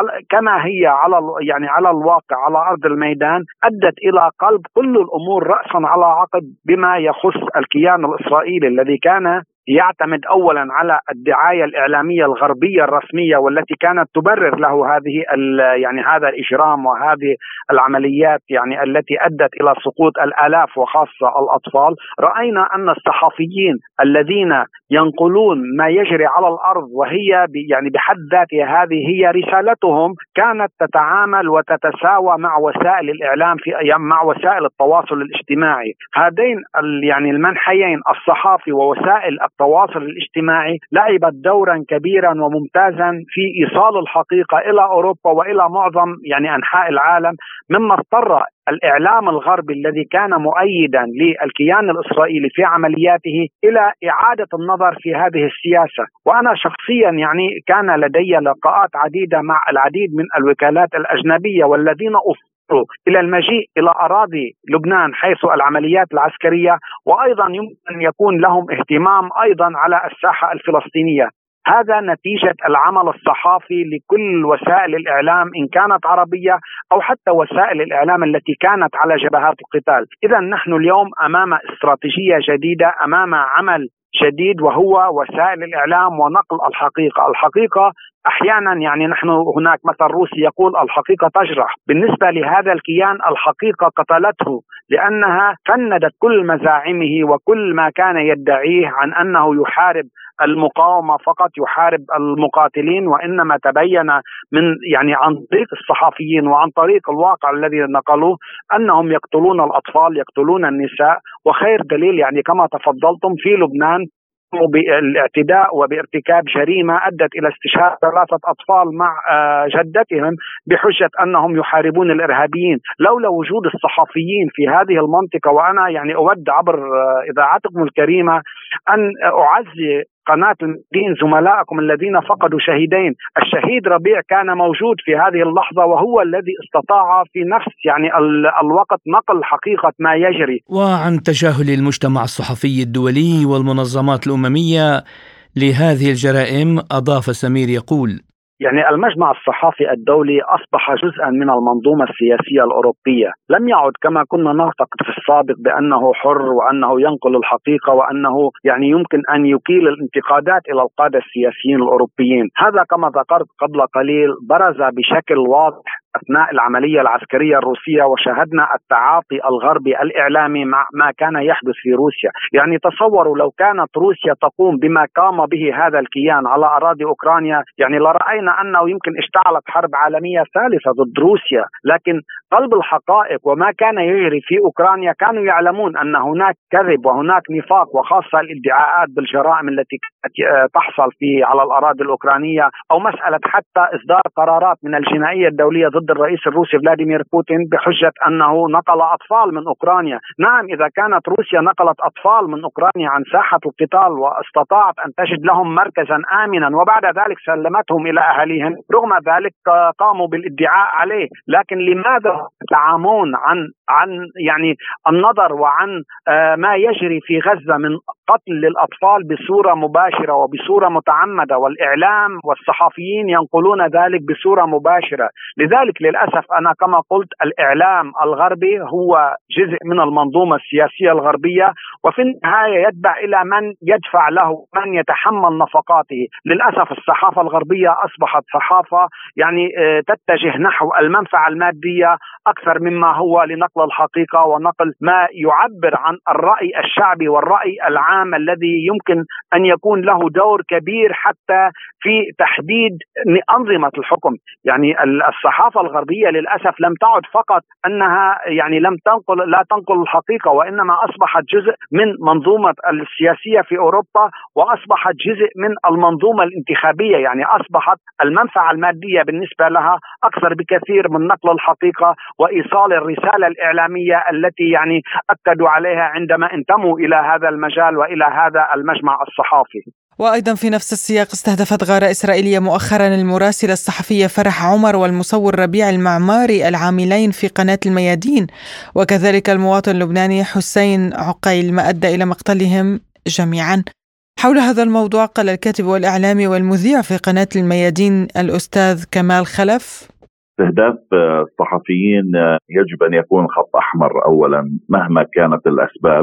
كما هي على يعني على الواقع على أرض الميدان، أدت إلى قلب كل الأمور رأسا على عقب بما يخص الكيان الإسرائيلي الذي كان يعتمد أولا على الدعاية الإعلامية الغربية الرسمية والتي كانت تبرر له هذه يعني هذا الإجرام وهذه العمليات يعني التي أدت إلى سقوط الآلاف وخاصة الأطفال. رأينا أن الصحفيين الذين ينقلون ما يجري على الأرض وهي يعني بحد ذاتها هذه هي رسالتهم، كانت تتعامل وتتساوى مع وسائل الإعلام في مع وسائل التواصل الاجتماعي. هذين يعني المنحيين الصحافي ووسائل التواصل الاجتماعي لعبت دورا كبيرا وممتازا في إيصال الحقيقة إلى أوروبا وإلى معظم يعني أنحاء العالم، مما اضطر الإعلام الغربي الذي كان مؤيدا للكيان الإسرائيلي في عملياته إلى إعادة النظر في هذه السياسة. وأنا شخصيا يعني كان لدي لقاءات عديدة مع العديد من الوكالات الأجنبية والذين أفضلوا إلى المجيء إلى أراضي لبنان حيث العمليات العسكرية، وأيضا يمكن أن يكون لهم اهتمام أيضا على الساحة الفلسطينية. هذا نتيجة العمل الصحافي لكل وسائل الإعلام إن كانت عربية أو حتى وسائل الإعلام التي كانت على جبهات القتال. إذا نحن اليوم أمام استراتيجية جديدة، أمام عمل جديد، وهو وسائل الإعلام ونقل الحقيقة. الحقيقة أحيانا يعني نحن هناك مثل روسي يقول الحقيقة تجرح. بالنسبة لهذا الكيان الحقيقة قتلته، لأنها فندت كل مزاعمه وكل ما كان يدعيه عن أنه يحارب المقاومة فقط، يحارب المقاتلين، وإنما تبين من يعني عن طريق الصحفيين وعن طريق الواقع الذي نقلوه أنهم يقتلون الأطفال، يقتلون النساء. وخير دليل يعني كما تفضلتم في لبنان بالاعتداء وبارتكاب جريمة أدت إلى استشهاد ثلاثة أطفال مع جدتهم بحجة أنهم يحاربون الإرهابيين. لولا وجود الصحفيين في هذه المنطقة، وأنا يعني أود عبر إذاعتكم الكريمة أن أعزي قناة الميادين زملائكم الذين فقدوا شهيدين. الشهيد ربيع كان موجود في هذه اللحظة، وهو الذي استطاع في نفس يعني الوقت نقل حقيقة ما يجري. وعن تجاهل المجتمع الصحفي الدولي والمنظمات الأممية لهذه الجرائم أضاف سمير يقول: يعني المجمع الصحفي الدولي أصبح جزءا من المنظومة السياسية الأوروبية، لم يعد كما كنا نعتقد في السابق بأنه حر وأنه ينقل الحقيقة وأنه يعني يمكن أن يكيل الانتقادات إلى القادة السياسيين الأوروبيين. هذا كما ذكرت قبل قليل برز بشكل واضح أثناء العملية العسكرية الروسية، وشاهدنا التعاطي الغربي الإعلامي مع ما كان يحدث في روسيا. يعني تصوروا لو كانت روسيا تقوم بما قام به هذا الكيان على أراضي أوكرانيا، يعني لرأينا أنه يمكن اشتعلت حرب عالمية ثالثة ضد روسيا. لكن قلب الحقائق وما كان يجري في أوكرانيا كانوا يعلمون أن هناك كذب وهناك نفاق، وخاصة الادعاءات بالجرائم التي تحصل في على الأراضي الأوكرانية، أو مسألة حتى إصدار قرارات من الجنائية الدولية ضد الرئيس الروسي فلاديمير بوتين بحجة أنه نقل أطفال من أوكرانيا. نعم، إذا كانت روسيا نقلت أطفال من أوكرانيا عن ساحة القتال واستطاعت أن تجد لهم مركزا آمنا وبعد ذلك سلمتهم إلى أهاليهم، رغم ذلك قاموا بالادعاء عليه. لكن لماذا يتعامون عن عن يعني النظر وعن ما يجري في غزة من قتل للأطفال بصورة مباشرة وبصورة متعمدة، والإعلام والصحفيين ينقلون ذلك بصورة مباشرة؟ لذلك للأسف أنا كما قلت الإعلام الغربي هو جزء من المنظومة السياسية الغربية، وفي النهاية يتبع إلى من يدفع له، من يتحمل نفقاته. للأسف الصحافة الغربية أصبحت صحافة يعني تتجه نحو المنفعة المادية أكثر مما هو لنقل الحقيقة ونقل ما يعبر عن الرأي الشعبي والرأي العام الذي يمكن أن يكون له دور كبير حتى في تحديد أنظمة الحكم. يعني الصحافة الغربية للأسف لم تعد فقط أنها يعني لم تنقل لا تنقل الحقيقة، وإنما أصبحت جزء من منظومة السياسية في أوروبا، وأصبحت جزء من المنظومة الانتخابية. يعني أصبحت المنفعة المادية بالنسبة لها أكثر بكثير من نقل الحقيقة وإيصال الرسالة الإعلامية التي يعني أكدوا عليها عندما انتموا إلى هذا المجال وإلى هذا المجمع الصحافي. وأيضا في نفس السياق استهدفت غارة إسرائيلية مؤخرا المراسلة الصحفية فرح عمر والمصور ربيع المعماري العاملين في قناة الميادين، وكذلك المواطن اللبناني حسين عقيل، ما أدى إلى مقتلهم جميعا. حول هذا الموضوع قال الكاتب والإعلامي والمذيع في قناة الميادين الأستاذ كمال خلف: استهداف الصحفيين يجب أن يكون خط أحمر أولا مهما كانت الأسباب،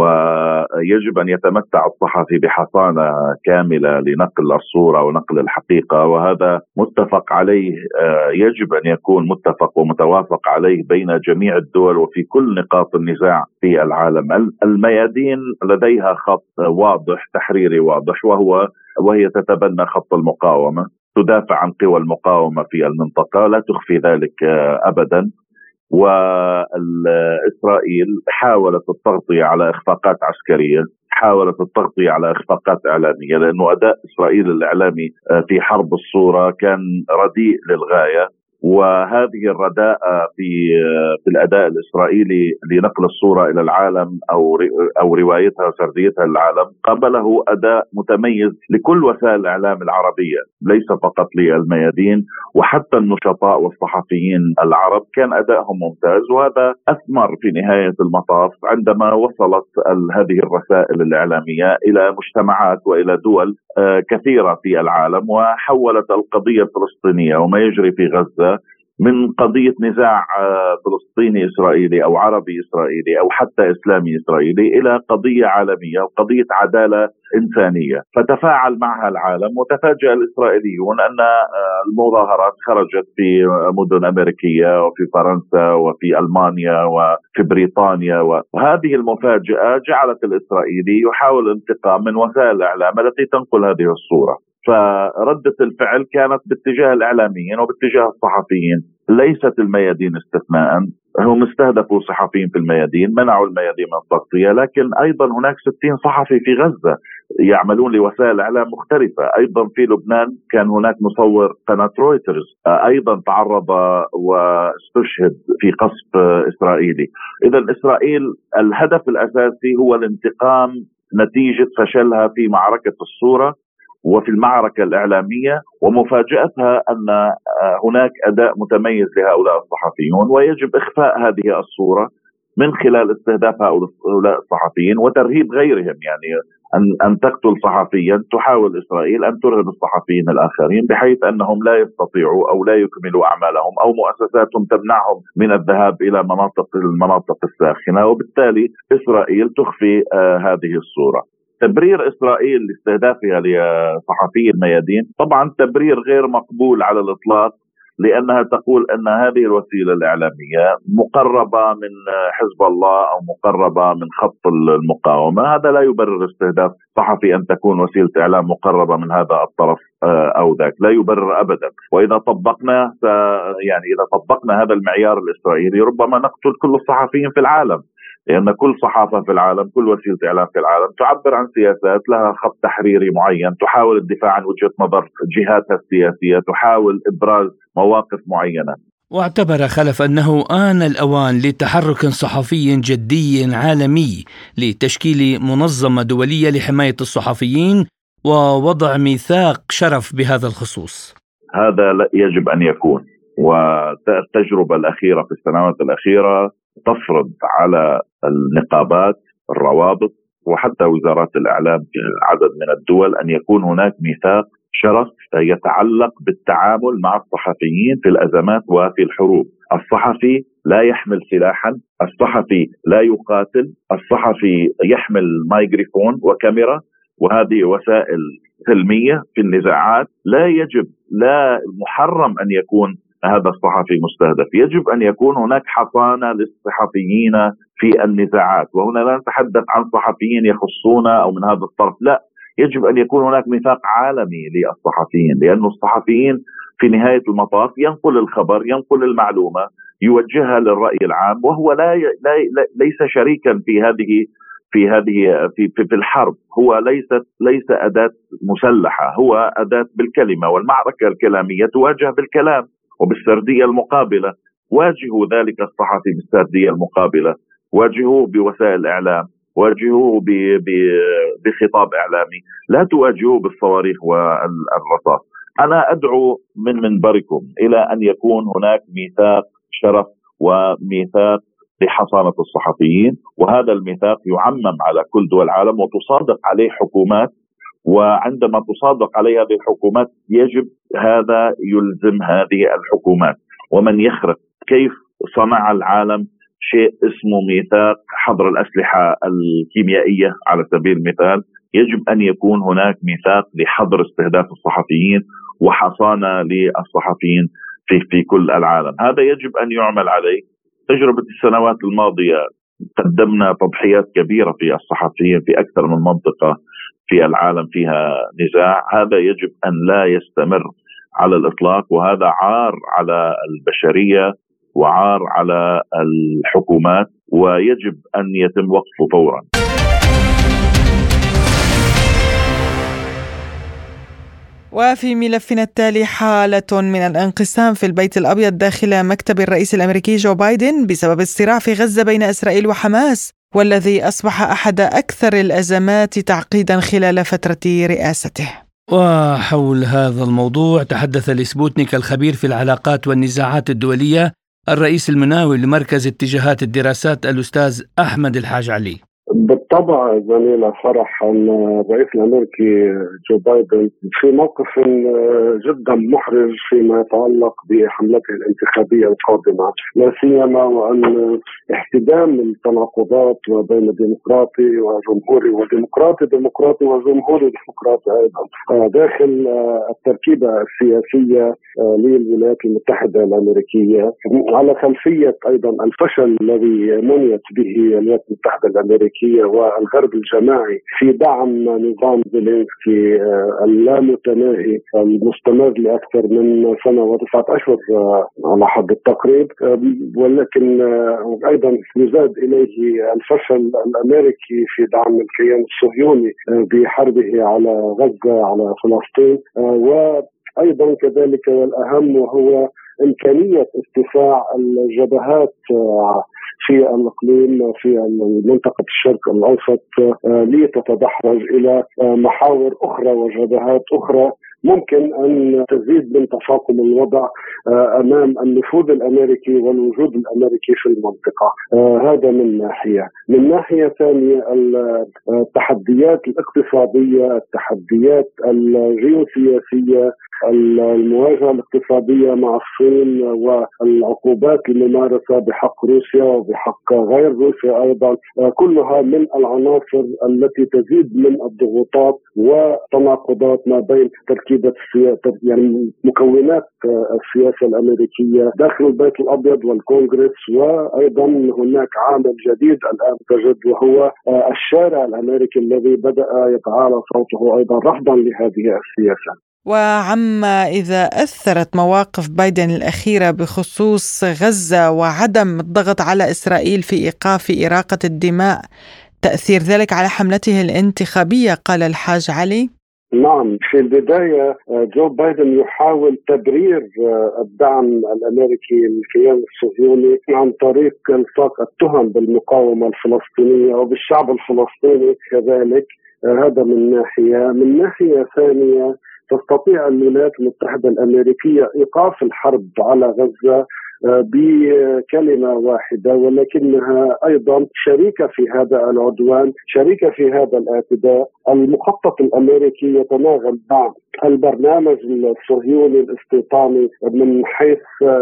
ويجب أن يتمتع الصحفي بحصانة كاملة لنقل الصورة ونقل الحقيقة، وهذا متفق عليه، يجب أن يكون متفق ومتوافق عليه بين جميع الدول وفي كل نقاط النزاع في العالم. الميادين لديها خط واضح تحريري واضح، وهو وهي تتبنى خط المقاومة، تدافع عن قوى المقاومة في المنطقة، لا تخفي ذلك أبدا. وإسرائيل حاولت التغطية على إخفاقات عسكرية، حاولت التغطية على إخفاقات إعلامية، لأنه أداء إسرائيل الإعلامي في حرب الصورة كان رديء للغاية، وهذه الرداءة في في الأداء الإسرائيلي لنقل الصورة إلى العالم أو أو روايتها وسرديتها للعالم قبله أداء متميز لكل وسائل الإعلام العربية، ليس فقط للميادين، وحتى النشطاء والصحفيين العرب كان أدائهم ممتاز. وهذا أثمر في نهاية المطاف عندما وصلت هذه الرسائل الإعلامية إلى مجتمعات وإلى دول كثيرة في العالم، وحولت القضية الفلسطينية وما يجري في غزة من قضية نزاع فلسطيني إسرائيلي أو عربي إسرائيلي أو حتى إسلامي إسرائيلي إلى قضية عالمية وقضية عدالة إنسانية، فتفاعل معها العالم وتفاجأ الإسرائيليون أن المظاهرات خرجت في مدن أمريكية وفي فرنسا وفي ألمانيا وفي بريطانيا، وهذه المفاجأة جعلت الإسرائيلي يحاول الانتقام من وسائل الإعلام التي تنقل هذه الصورة. فردة الفعل كانت باتجاه الإعلاميين وباتجاه الصحفيين، ليست الميادين استثناء. هم استهدفوا صحفيين في الميادين، منعوا الميادين من التغطية، لكن أيضا هناك ستين صحفي في غزة يعملون لوسائل إعلام مختلفة. أيضا في لبنان كان هناك مصور قناة رويترز أيضا تعرض واستشهد في قصف إسرائيلي. إذا إسرائيل الهدف الأساسي هو الانتقام نتيجة فشلها في معركة الصورة وفي المعركة الإعلامية، ومفاجأتها أن هناك أداء متميز لهؤلاء الصحفيون، ويجب إخفاء هذه الصورة من خلال استهداف هؤلاء الصحفيين وترهيب غيرهم. يعني أن أن تقتل صحفيا تحاول إسرائيل أن ترهب الصحفيين الآخرين بحيث أنهم لا يستطيعوا أو لا يكملوا أعمالهم أو مؤسساتهم تمنعهم من الذهاب إلى مناطق المناطق الساخنة، وبالتالي إسرائيل تخفي آه هذه الصورة. تبرير إسرائيل لاستهدافها لصحفي الميادين طبعا تبرير غير مقبول على الإطلاق، لأنها تقول أن هذه الوسيلة الإعلامية مقربة من حزب الله أو مقربة من خط المقاومة. هذا لا يبرر استهداف صحفي أن تكون وسيلة إعلام مقربة من هذا الطرف أو ذاك، لا يبرر أبدا. وإذا طبقنا يعني إذا طبقنا هذا المعيار الإسرائيلي ربما نقتل كل الصحفيين في العالم، لأن كل صحافة في العالم، كل وسيلة إعلام في العالم تعبر عن سياسات، لها خط تحريري معين، تحاول الدفاع عن وجهة نظر جهاتها السياسية، تحاول إبراز مواقف معينة. واعتبر خلف أنه آن الأوان لتحرك صحفي جدي عالمي لتشكيل منظمة دولية لحماية الصحفيين ووضع ميثاق شرف بهذا الخصوص. هذا يجب أن يكون، والتجربة الأخيرة في السنوات الأخيرة تفرض على النقابات، الروابط، وحتى وزارات الإعلام في عدد من الدول أن يكون هناك ميثاق شرف يتعلق بالتعامل مع الصحفيين في الأزمات وفي الحروب. الصحفي لا يحمل سلاحا، الصحفي لا يقاتل، الصحفي يحمل مايكروفون وكاميرا، وهذه وسائل سلمية في النزاعات. لا يجب، لا محرم أن يكون هذا الصحفي مستهدف. يجب أن يكون هناك حصانة للصحفيين في النزاعات، وهنا لا نتحدث عن صحفيين يخصون أو من هذا الطرف، لا، يجب أن يكون هناك ميثاق عالمي للصحفيين، لأن الصحفيين في نهاية المطاف ينقل الخبر، ينقل المعلومة، يوجهها للرأي العام، وهو لا, لا ليس شريكا في هذه في هذه في, في, في الحرب. هو ليست ليس أداة مسلحة، هو أداة بالكلمة، والمعركة الكلامية تواجه بالكلام وبالسردية المقابلة. واجهوا ذلك الصحفي بالسردية المقابلة، واجهوه بوسائل إعلام، واجهوه بخطاب إعلامي، لا تواجهوه بالصواريخ والرصاص. أنا أدعو من منبركم إلى أن يكون هناك ميثاق شرف وميثاق لحصانة الصحفيين، وهذا الميثاق يعمم على كل دول العالم وتصادق عليه حكومات، وعندما تصادق عليه هذه الحكومات يجب هذا يلزم هذه الحكومات. ومن يخرق كيف صنع العالم شيء اسمه ميثاق حظر الأسلحة الكيميائية على سبيل المثال، يجب أن يكون هناك ميثاق لحظر استهداف الصحفيين وحصانة للصحفيين في في كل العالم. هذا يجب أن يعمل عليه. تجربة السنوات الماضية قدمنا تضحيات كبيرة في الصحفيين في أكثر من منطقة في العالم فيها نزاع. هذا يجب أن لا يستمر على الإطلاق، وهذا عار على البشرية وعار على الحكومات، ويجب أن يتم وقفه فورا. وفي ملفنا التالي، حالة من الانقسام في البيت الأبيض داخل مكتب الرئيس الأمريكي جو بايدن بسبب الصراع في غزة بين إسرائيل وحماس، والذي أصبح أحد أكثر الأزمات تعقيدا خلال فترة رئاسته. وحول هذا الموضوع تحدث لسبوتنيك الخبير في العلاقات والنزاعات الدولية الرئيس المناوي لمركز اتجاهات الدراسات الأستاذ أحمد الحاج علي. بالطبع زميلة فرح أن الرئيس الأمريكي جو بايدن في موقف جدا محرج فيما يتعلق بحملته الانتخابية القادمة، لا سيما وأن احتدام التناقضات ما بين ديمقراطي وجمهوري وديمقراطي ديمقراطي وجمهوري ديمقراطي أيضا داخل التركيبة السياسية للولايات المتحدة الأمريكية، على خلفية أيضا الفشل الذي منيت به الولايات المتحدة الأمريكية والغرب الجماعي في دعم نظام زيلينسكي اللامتناهي المستمر لأكثر من سنة وتسعة أشهر على حد التقريب، ولكن أيضا يزاد إليه الفشل الأمريكي في دعم الكيان الصهيوني بحربه على غزة على فلسطين، وأيضا كذلك والأهم وهو إمكانية اتساع الجبهات في الإقليم في منطقة الشرق الأوسط لتتدحرج إلى محاور أخرى وجبهات أخرى ممكن أن تزيد من تفاقم الوضع أمام النفوذ الأمريكي والوجود الأمريكي في المنطقة. هذا من ناحية. من ناحية ثانية التحديات الاقتصادية، التحديات الجيوسياسية، المواجهة الاقتصادية مع الصين والعقوبات الممارسة بحق روسيا وبحق غير روسيا أيضا، كلها من العناصر التي تزيد من الضغوطات والتناقضات ما بين تركيبة السياسة، يعني مكونات السياسة الأمريكية داخل البيت الأبيض والكونغرس. وأيضا هناك عامل جديد الآن تجد وهو الشارع الأمريكي الذي بدأ يتعالى صوته أيضا رفضا لهذه السياسة. وعما إذا أثرت مواقف بايدن الأخيرة بخصوص غزة وعدم الضغط على إسرائيل في إيقاف إراقة الدماء، تأثير ذلك على حملته الانتخابية قال الحاج علي؟ نعم، في البداية جو بايدن يحاول تبرير الدعم الأمريكي للكيان الصهيوني عن طريق إلصاق التهم بالمقاومة الفلسطينية وبالشعب الفلسطيني كذلك. هذا من ناحية. من ناحية ثانية تستطيع الولايات المتحدة الأمريكية إيقاف الحرب على غزة بكلمة واحدة، ولكنها أيضا شريكة في هذا العدوان، شريكة في هذا الاعتداء. المخطط الأمريكي يتناغم مع البرنامج الصهيوني الاستيطاني من حيث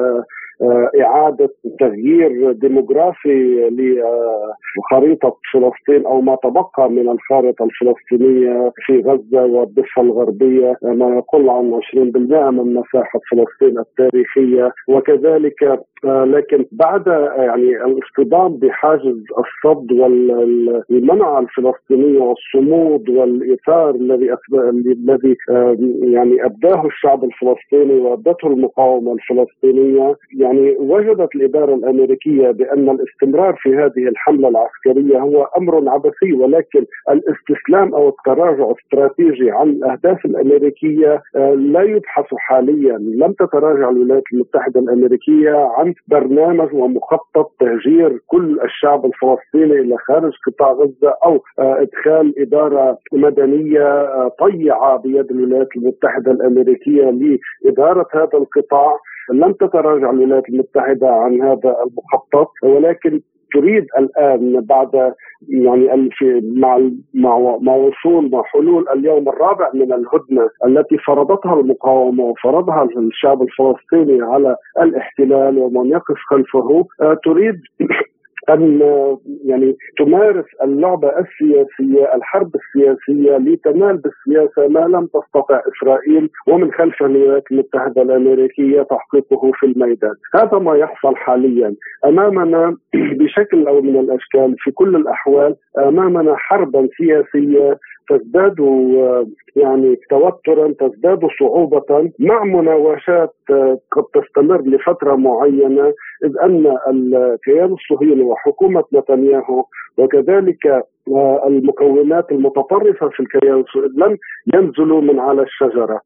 إعادة تغيير ديموغرافي لخريطة فلسطين أو ما تبقى من الخارطة الفلسطينية في غزة والضفة الغربية، ما يقل عن عشرين بالمئة من مساحة فلسطين التاريخية. وكذلك لكن بعد يعني الاصطدام بحاجز الصد والمنع الفلسطينية والصمود والإثار الذي الذي يعني أبداه الشعب الفلسطيني وأبدته المقاومة الفلسطينية، يعني وجدت الإدارة الأمريكية بأن الاستمرار في هذه الحملة العسكرية هو أمر عبثي، ولكن الاستسلام أو التراجع الاستراتيجي عن الأهداف الأمريكية لا يبحث حاليا. لم تتراجع الولايات المتحدة الأمريكية عن برنامج ومخطط تهجير كل الشعب الفلسطيني إلى خارج قطاع غزة أو إدخال إدارة مدنية طيعة بيد الولايات المتحدة الأمريكية لإدارة هذا القطاع. لم تتراجع الولايات المتحدة عن هذا المخطط، ولكن تريد الآن بعد يعني مع مع مع وصول مع حلول اليوم الرابع من الهدنة التي فرضتها المقاومة وفرضها الشعب الفلسطيني على الاحتلال ومن يقف خلفه، تريد أن يعني تمارس اللعبة السياسية، الحرب السياسية لتنال بالسياسة ما لم تستطع إسرائيل ومن خلف الولايات المتحدة الأمريكية تحقيقه في الميدان. هذا ما يحصل حاليا أمامنا بشكل أو من الأشكال. في كل الأحوال أمامنا حربا سياسية تزداد يعني توترا، تزداد صعوبة مع مناوشات قد تستمر لفترة معينة، إذ أن الكيان الصهيوني وحكومة نتنياهو وكذلك المكونات المتطرفة في الكيان الصهيوني لم ينزلوا من على الشجرة.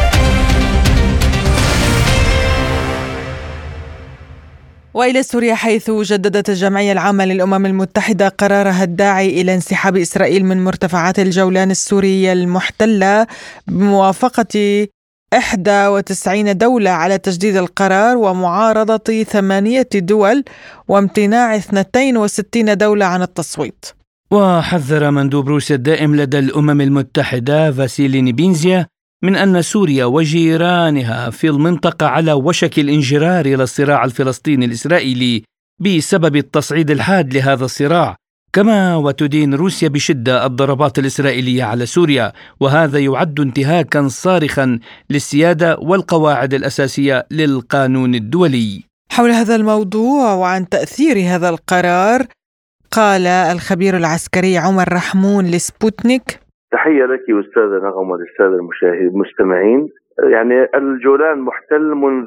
وإلى سوريا، حيث جددت الجمعية العامة للأمم المتحدة قرارها الداعي إلى انسحاب إسرائيل من مرتفعات الجولان السورية المحتلة بموافقة إحدى وتسعين دولة على تجديد القرار ومعارضة ثمانية دول وامتناع اثنتين وستين دولة عن التصويت. وحذر مندوب روسيا الدائم لدى الأمم المتحدة فاسيلي نيبينزيا من أن سوريا وجيرانها في المنطقة على وشك الانجرار إلى الصراع الفلسطيني الإسرائيلي بسبب التصعيد الحاد لهذا الصراع، كما وتدين روسيا بشدة الضربات الإسرائيلية على سوريا، وهذا يعد انتهاكا صارخا للسيادة والقواعد الأساسية للقانون الدولي. حول هذا الموضوع وعن تأثير هذا القرار قال الخبير العسكري عمر رحمون لسبوتنيك: تحية لك أستاذة نغم وللسادة المستمعين. يعني الجولان محتل منذ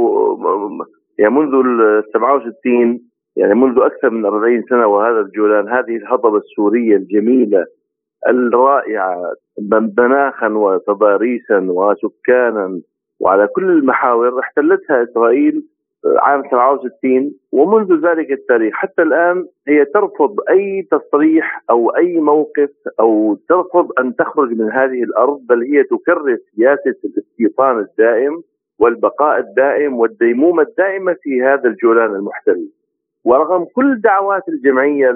يعني منذ سبعة وستين، يعني منذ أكثر من أربعين سنة، وهذا الجولان هذه الهضبة السورية الجميلة الرائعة مناخا وتضاريسا وسكانا وعلى كل المحاور احتلتها إسرائيل عام سبعة وستين، ومنذ ذلك التاريخ حتى الآن هي ترفض أي تصريح أو أي موقف أو ترفض أن تخرج من هذه الأرض، بل هي تكرس سياسة الاستيطان الدائم والبقاء الدائم والديمومة الدائمة في هذا الجولان المحتل. ورغم كل دعوات الجمعية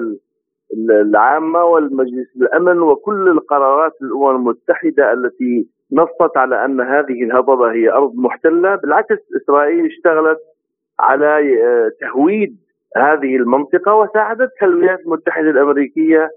العامة والمجلس الأمن وكل القرارات الأمم المتحدة التي نصت على أن هذه الهضبة هي أرض محتلة، بالعكس إسرائيل اشتغلت على تهويد هذه المنطقة، وساعدتها الولايات المتحدة الأمريكية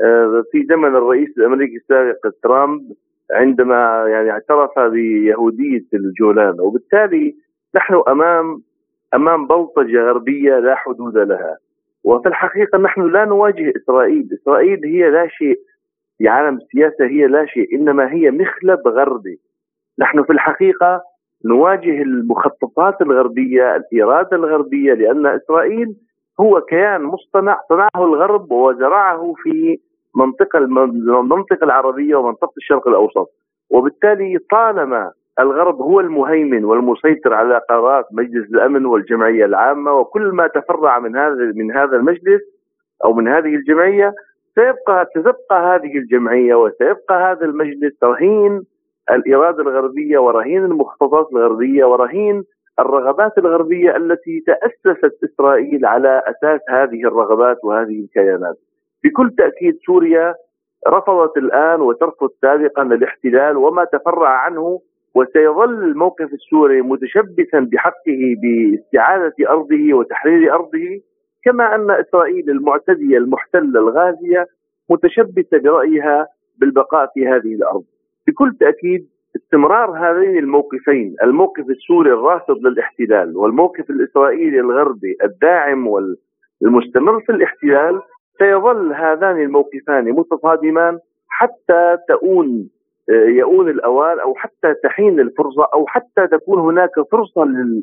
في زمن الرئيس الأمريكي السابق ترامب عندما يعني اعترف بيهودية الجولان. وبالتالي نحن أمام أمام بلطجة غربية لا حدود لها. وفي الحقيقة نحن لا نواجه إسرائيل، إسرائيل هي لا شيء في عالم السياسة، هي لا شيء، إنما هي مخلب غربي. نحن في الحقيقة نواجه المخططات الغربية، الإرادة الغربية، لأن إسرائيل هو كيان مصطنع صنعه الغرب وزرعه في منطقة المنطقة العربية ومنطقة الشرق الأوسط. وبالتالي طالما الغرب هو المهيمن والمسيطر على قرارات مجلس الأمن والجمعية العامة وكل ما تفرع من هذا من هذا المجلس أو من هذه الجمعية، سيبقى تبقى هذه الجمعية وسيبقى هذا المجلس رهين الإرادة الغربية ورهين المخططات الغربية ورهين الرغبات الغربية التي تأسست إسرائيل على أساس هذه الرغبات وهذه الكيانات. بكل تأكيد سوريا رفضت الآن وترفض سابقا الاحتلال وما تفرع عنه، وسيظل الموقف السوري متشبثا بحقه باستعادة أرضه وتحرير أرضه، كما أن إسرائيل المعتدية المحتلة الغازية متشبثة برأيها بالبقاء في هذه الأرض. بكل تأكيد استمرار هذين الموقفين، الموقف السوري الراصد للاحتلال والموقف الإسرائيلي الغربي الداعم والمستمر في الاحتلال، سيظل هذان الموقفان متصادمان حتى تؤون يؤون الأوان أو حتى تحين الفرصة أو حتى تكون هناك فرصة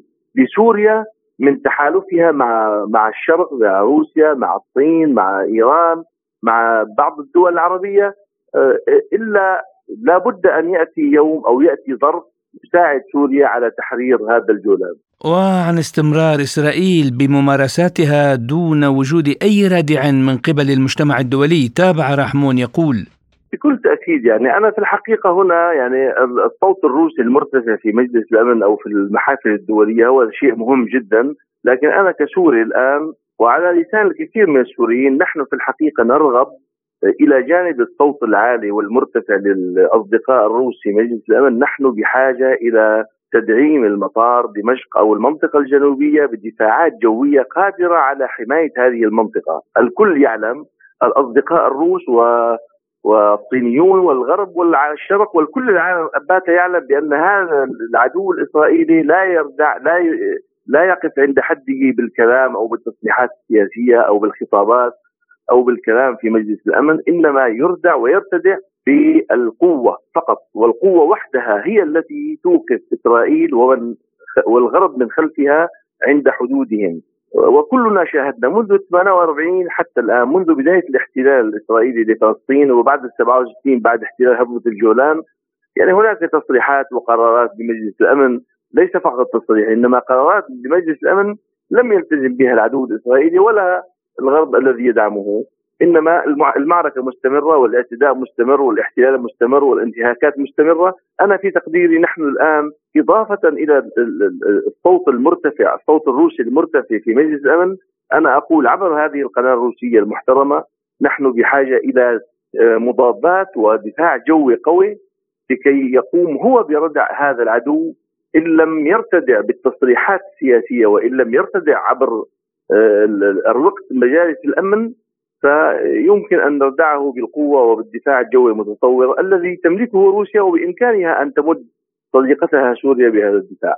لسوريا من تحالفها مع مع الشرق، مع روسيا، مع الصين، مع إيران، مع بعض الدول العربية، إلا لا بد أن يأتي يوم أو يأتي ظرف يساعد سوريا على تحرير هذا الجولان. وعن استمرار إسرائيل بممارساتها دون وجود أي رادع من قبل المجتمع الدولي، تابع رحمون يقول: بكل تأكيد يعني أنا في الحقيقة هنا يعني الصوت الروسي المرتفع في مجلس الأمن أو في المحافل الدولية هو شيء مهم جدا، لكن أنا كسوري الآن وعلى لسان الكثير من السوريين نحن في الحقيقة نرغب إلى جانب الصوت العالي والمرتفع للأصدقاء الروس في مجلس الأمن، نحن بحاجة إلى تدعيم المطار دمشق أو المنطقة الجنوبية بدفاعات جوية قادرة على حماية هذه المنطقة. الكل يعلم، الأصدقاء الروس و والصينيون والغرب والشرق والكل العالم بات يعلم بأن هذا العدو الإسرائيلي لا يردع لا لا يقف عند حده بالكلام أو بالتصريحات السياسية أو بالخطابات أو بالكلام في مجلس الأمن، إنما يردع ويرتدع بالقوة فقط، والقوة وحدها هي التي توقف إسرائيل ومن والغرب من خلفها عند حدودهم. وكلنا شاهدنا منذ ثمانية وأربعين حتى الآن، منذ بداية الاحتلال الإسرائيلي لفلسطين وبعد سبعة وستين بعد احتلال هضبة الجولان، يعني هناك تصريحات وقرارات بمجلس الأمن، ليس فقط تصريح إنما قرارات بمجلس الأمن لم يلتزم بها العدو الإسرائيلي ولا الغرب الذي يدعمه، إنما المعركة مستمرة والاعتداء مستمر والاحتلال مستمر والانتهاكات مستمرة. أنا في تقديري نحن الآن إضافة إلى الصوت المرتفع، الصوت الروسي المرتفع في مجلس الأمن، أنا أقول عبر هذه القناة الروسية المحترمة نحن بحاجة إلى مضادات ودفاع جوي قوي لكي يقوم هو بردع هذا العدو إن لم يرتدع بالتصريحات السياسية وإن لم يرتدع عبر الرقص مجالس الأمن، فيمكن أن نردعه بالقوة وبالدفاع الجوي المتطور الذي تملكه روسيا، وبإمكانها أن تمد صديقتها سوريا بهذا الدفاع.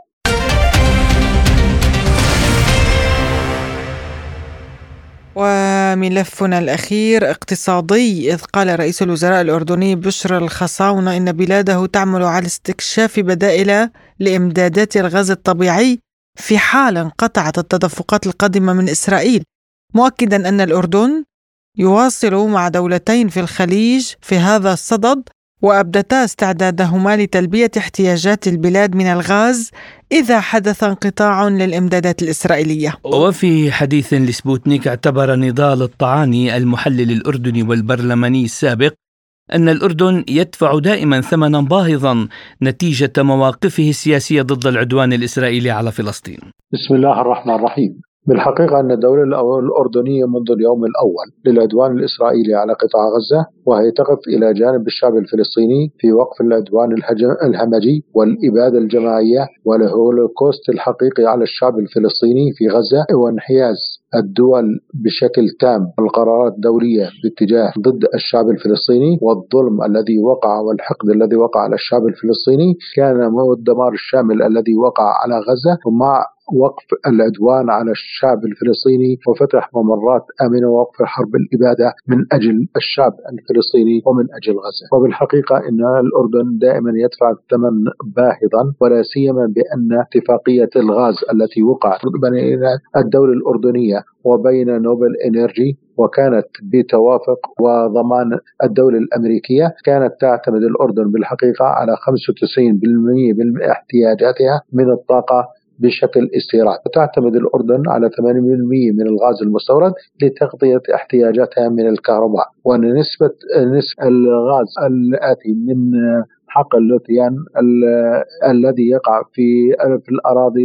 وملفنا الأخير اقتصادي، إذ قال رئيس الوزراء الأردني بشر الخصاونة إن بلاده تعمل على استكشاف بدائل لإمدادات الغاز الطبيعي في حال انقطعت التدفقات القادمة من إسرائيل، مؤكدا أن الأردن يواصل مع دولتين في الخليج في هذا الصدد، وأبدتا استعدادهما لتلبية احتياجات البلاد من الغاز إذا حدث انقطاع للإمدادات الإسرائيلية. وفي حديث لسبوتنيك، اعتبر نضال الطعاني المحلل الأردني والبرلماني السابق أن الأردن يدفع دائما ثمنا باهظا نتيجة مواقفه السياسية ضد العدوان الإسرائيلي على فلسطين. بسم الله الرحمن الرحيم. بالحقيقة أن الدولة الأردنية منذ اليوم الأول للعدوان الإسرائيلي على قطاع غزة وهي تقف إلى جانب الشعب الفلسطيني في وقف العدوان الهمجي والإبادة الجماعية والهولوكوست الحقيقي على الشعب الفلسطيني في غزة، وانحياز الدول بشكل تام القرارات الدولية باتجاه ضد الشعب الفلسطيني والظلم الذي وقع والحقد الذي وقع على الشعب الفلسطيني، كان الدمار الشامل الذي وقع على غزة، ومع وقف العدوان على الشعب الفلسطيني وفتح ممرات آمنة ووقف حرب الإبادة من أجل الشعب الفلسطيني ومن أجل غزة. وبالحقيقة إن الأردن دائما يدفع الثمن باهظا، ولا سيما بأن اتفاقية الغاز التي وقعت بين الدولة الأردنية وبين نوبل إنرجي وكانت بتوافق وضمان الدولة الأمريكية، كانت تعتمد الأردن بالحقيقة على خمسة وتسعين بالمئة من احتياجاتها من الطاقة بشكل استيراد، وتعتمد الأردن على ثمانين بالمئة من الغاز المستورد لتغطية احتياجاتها من الكهرباء. وأن نسبة نسبة الغاز الآتي من حق اللوتيان الذي يقع في في الأراضي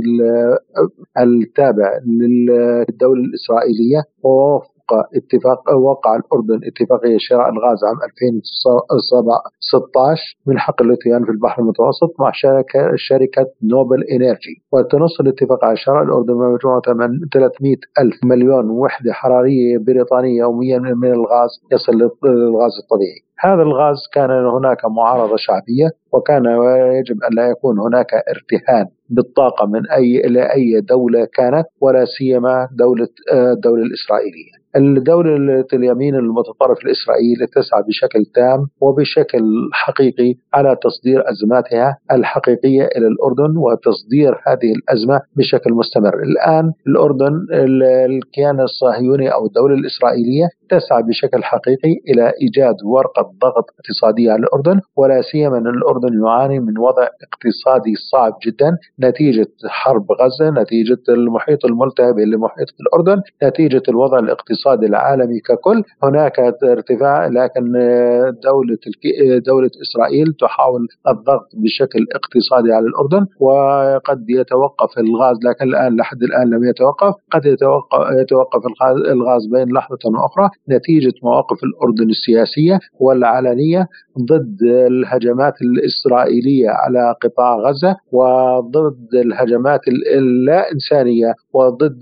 التابع للدولة الإسرائيلية، ووفق اتفاق وقع الأردن اتفاقية شراء الغاز عام ألفين وستة عشر من حق اللوتيان في البحر المتوسط مع شركة شركة نوبل إنرجي، وتنص الاتفاق على شراء الأردن مجموعة من ثلاثمئة ألف مليون وحدة حرارية بريطانية يوميا من الغاز يصل للغاز الطبيعي. هذا الغاز كان هناك معارضة شعبية، وكان يجب أن لا يكون هناك ارتهان بالطاقة من أي إلى أي دولة كانت، ولا سيما دولة الدولة الإسرائيلية. الدولة اليمين المتطرف الإسرائيلي تسعى بشكل تام وبشكل حقيقي على تصدير أزماتها الحقيقية إلى الأردن وتصدير هذه الأزمة بشكل مستمر. الآن الأردن الكيان الصهيوني أو الدولة الإسرائيلية تسعى بشكل حقيقي إلى إيجاد ورقة ضغط اقتصادية على الأردن، ولا سيما أن الأردن يعاني من وضع اقتصادي صعب جدا نتيجة حرب غزة، نتيجة المحيط الملتهب اللي محيط الأردن، نتيجة الوضع الاقتصادي العالمي ككل. هناك ارتفاع، لكن دولة دولة إسرائيل تحاول الضغط بشكل اقتصادي على الأردن، وقد يتوقف الغاز، لكن الآن لحد الآن لم يتوقف. قد يتوقف يتوقف الغاز بين لحظة وأخرى نتيجة مواقف الأردن السياسية والعلنية ضد الهجمات الإسرائيلية على قطاع غزة، وضد الهجمات اللا إنسانية، وضد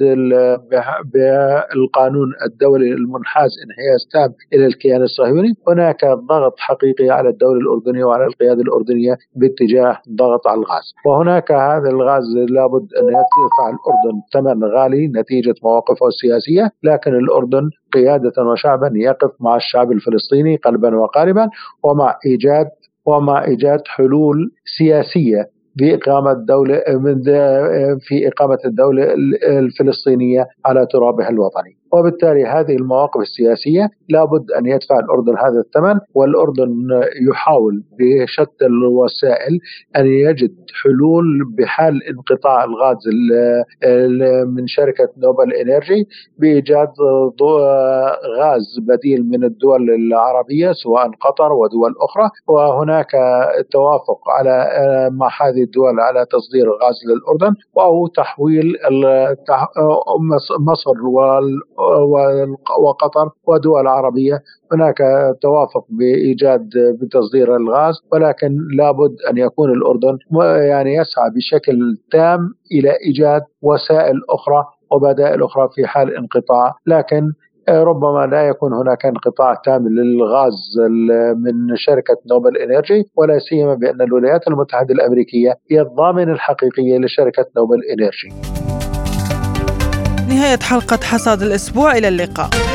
بالقانون الدولي المنحاز انحياز تام إلى الكيان الصهيوني. هناك ضغط حقيقي على الدولة الأردنية وعلى القيادة الأردنية باتجاه ضغط على الغاز، وهناك هذا الغاز لابد أن يدفع الأردن ثمن غالي نتيجة مواقفه السياسية، لكن الأردن قيادة وشعبا يقف مع الشعب الفلسطيني قلبا وقالبا، ومع إيجاد ومع إيجاد حلول سياسية بإقامة دولة في إقامة الدولة الفلسطينية على ترابها الوطني. وبالتالي هذه المواقف السياسية لابد أن يدفع الأردن هذا الثمن، والأردن يحاول بشتى الوسائل أن يجد حلول بحال انقطاع الغاز من شركة نوبل إنرجي بإيجاد غاز بديل من الدول العربية سواء قطر ودول أخرى. وهناك توافق على مع هذه الدول على تصدير الغاز للأردن، أو تحويل مصر وال وقطر ودول عربية هناك توافق بإيجاد بتصدير الغاز، ولكن لابد أن يكون الأردن يعني يسعى بشكل تام إلى إيجاد وسائل أخرى وبدائل أخرى في حال انقطاع، لكن ربما لا يكون هناك انقطاع تام للغاز من شركة نوبل إنرجي، ولا سيما بأن الولايات المتحدة الأمريكية هي الضامن الحقيقي لشركة نوبل إنرجي. نهاية حلقة حصاد الأسبوع، إلى اللقاء.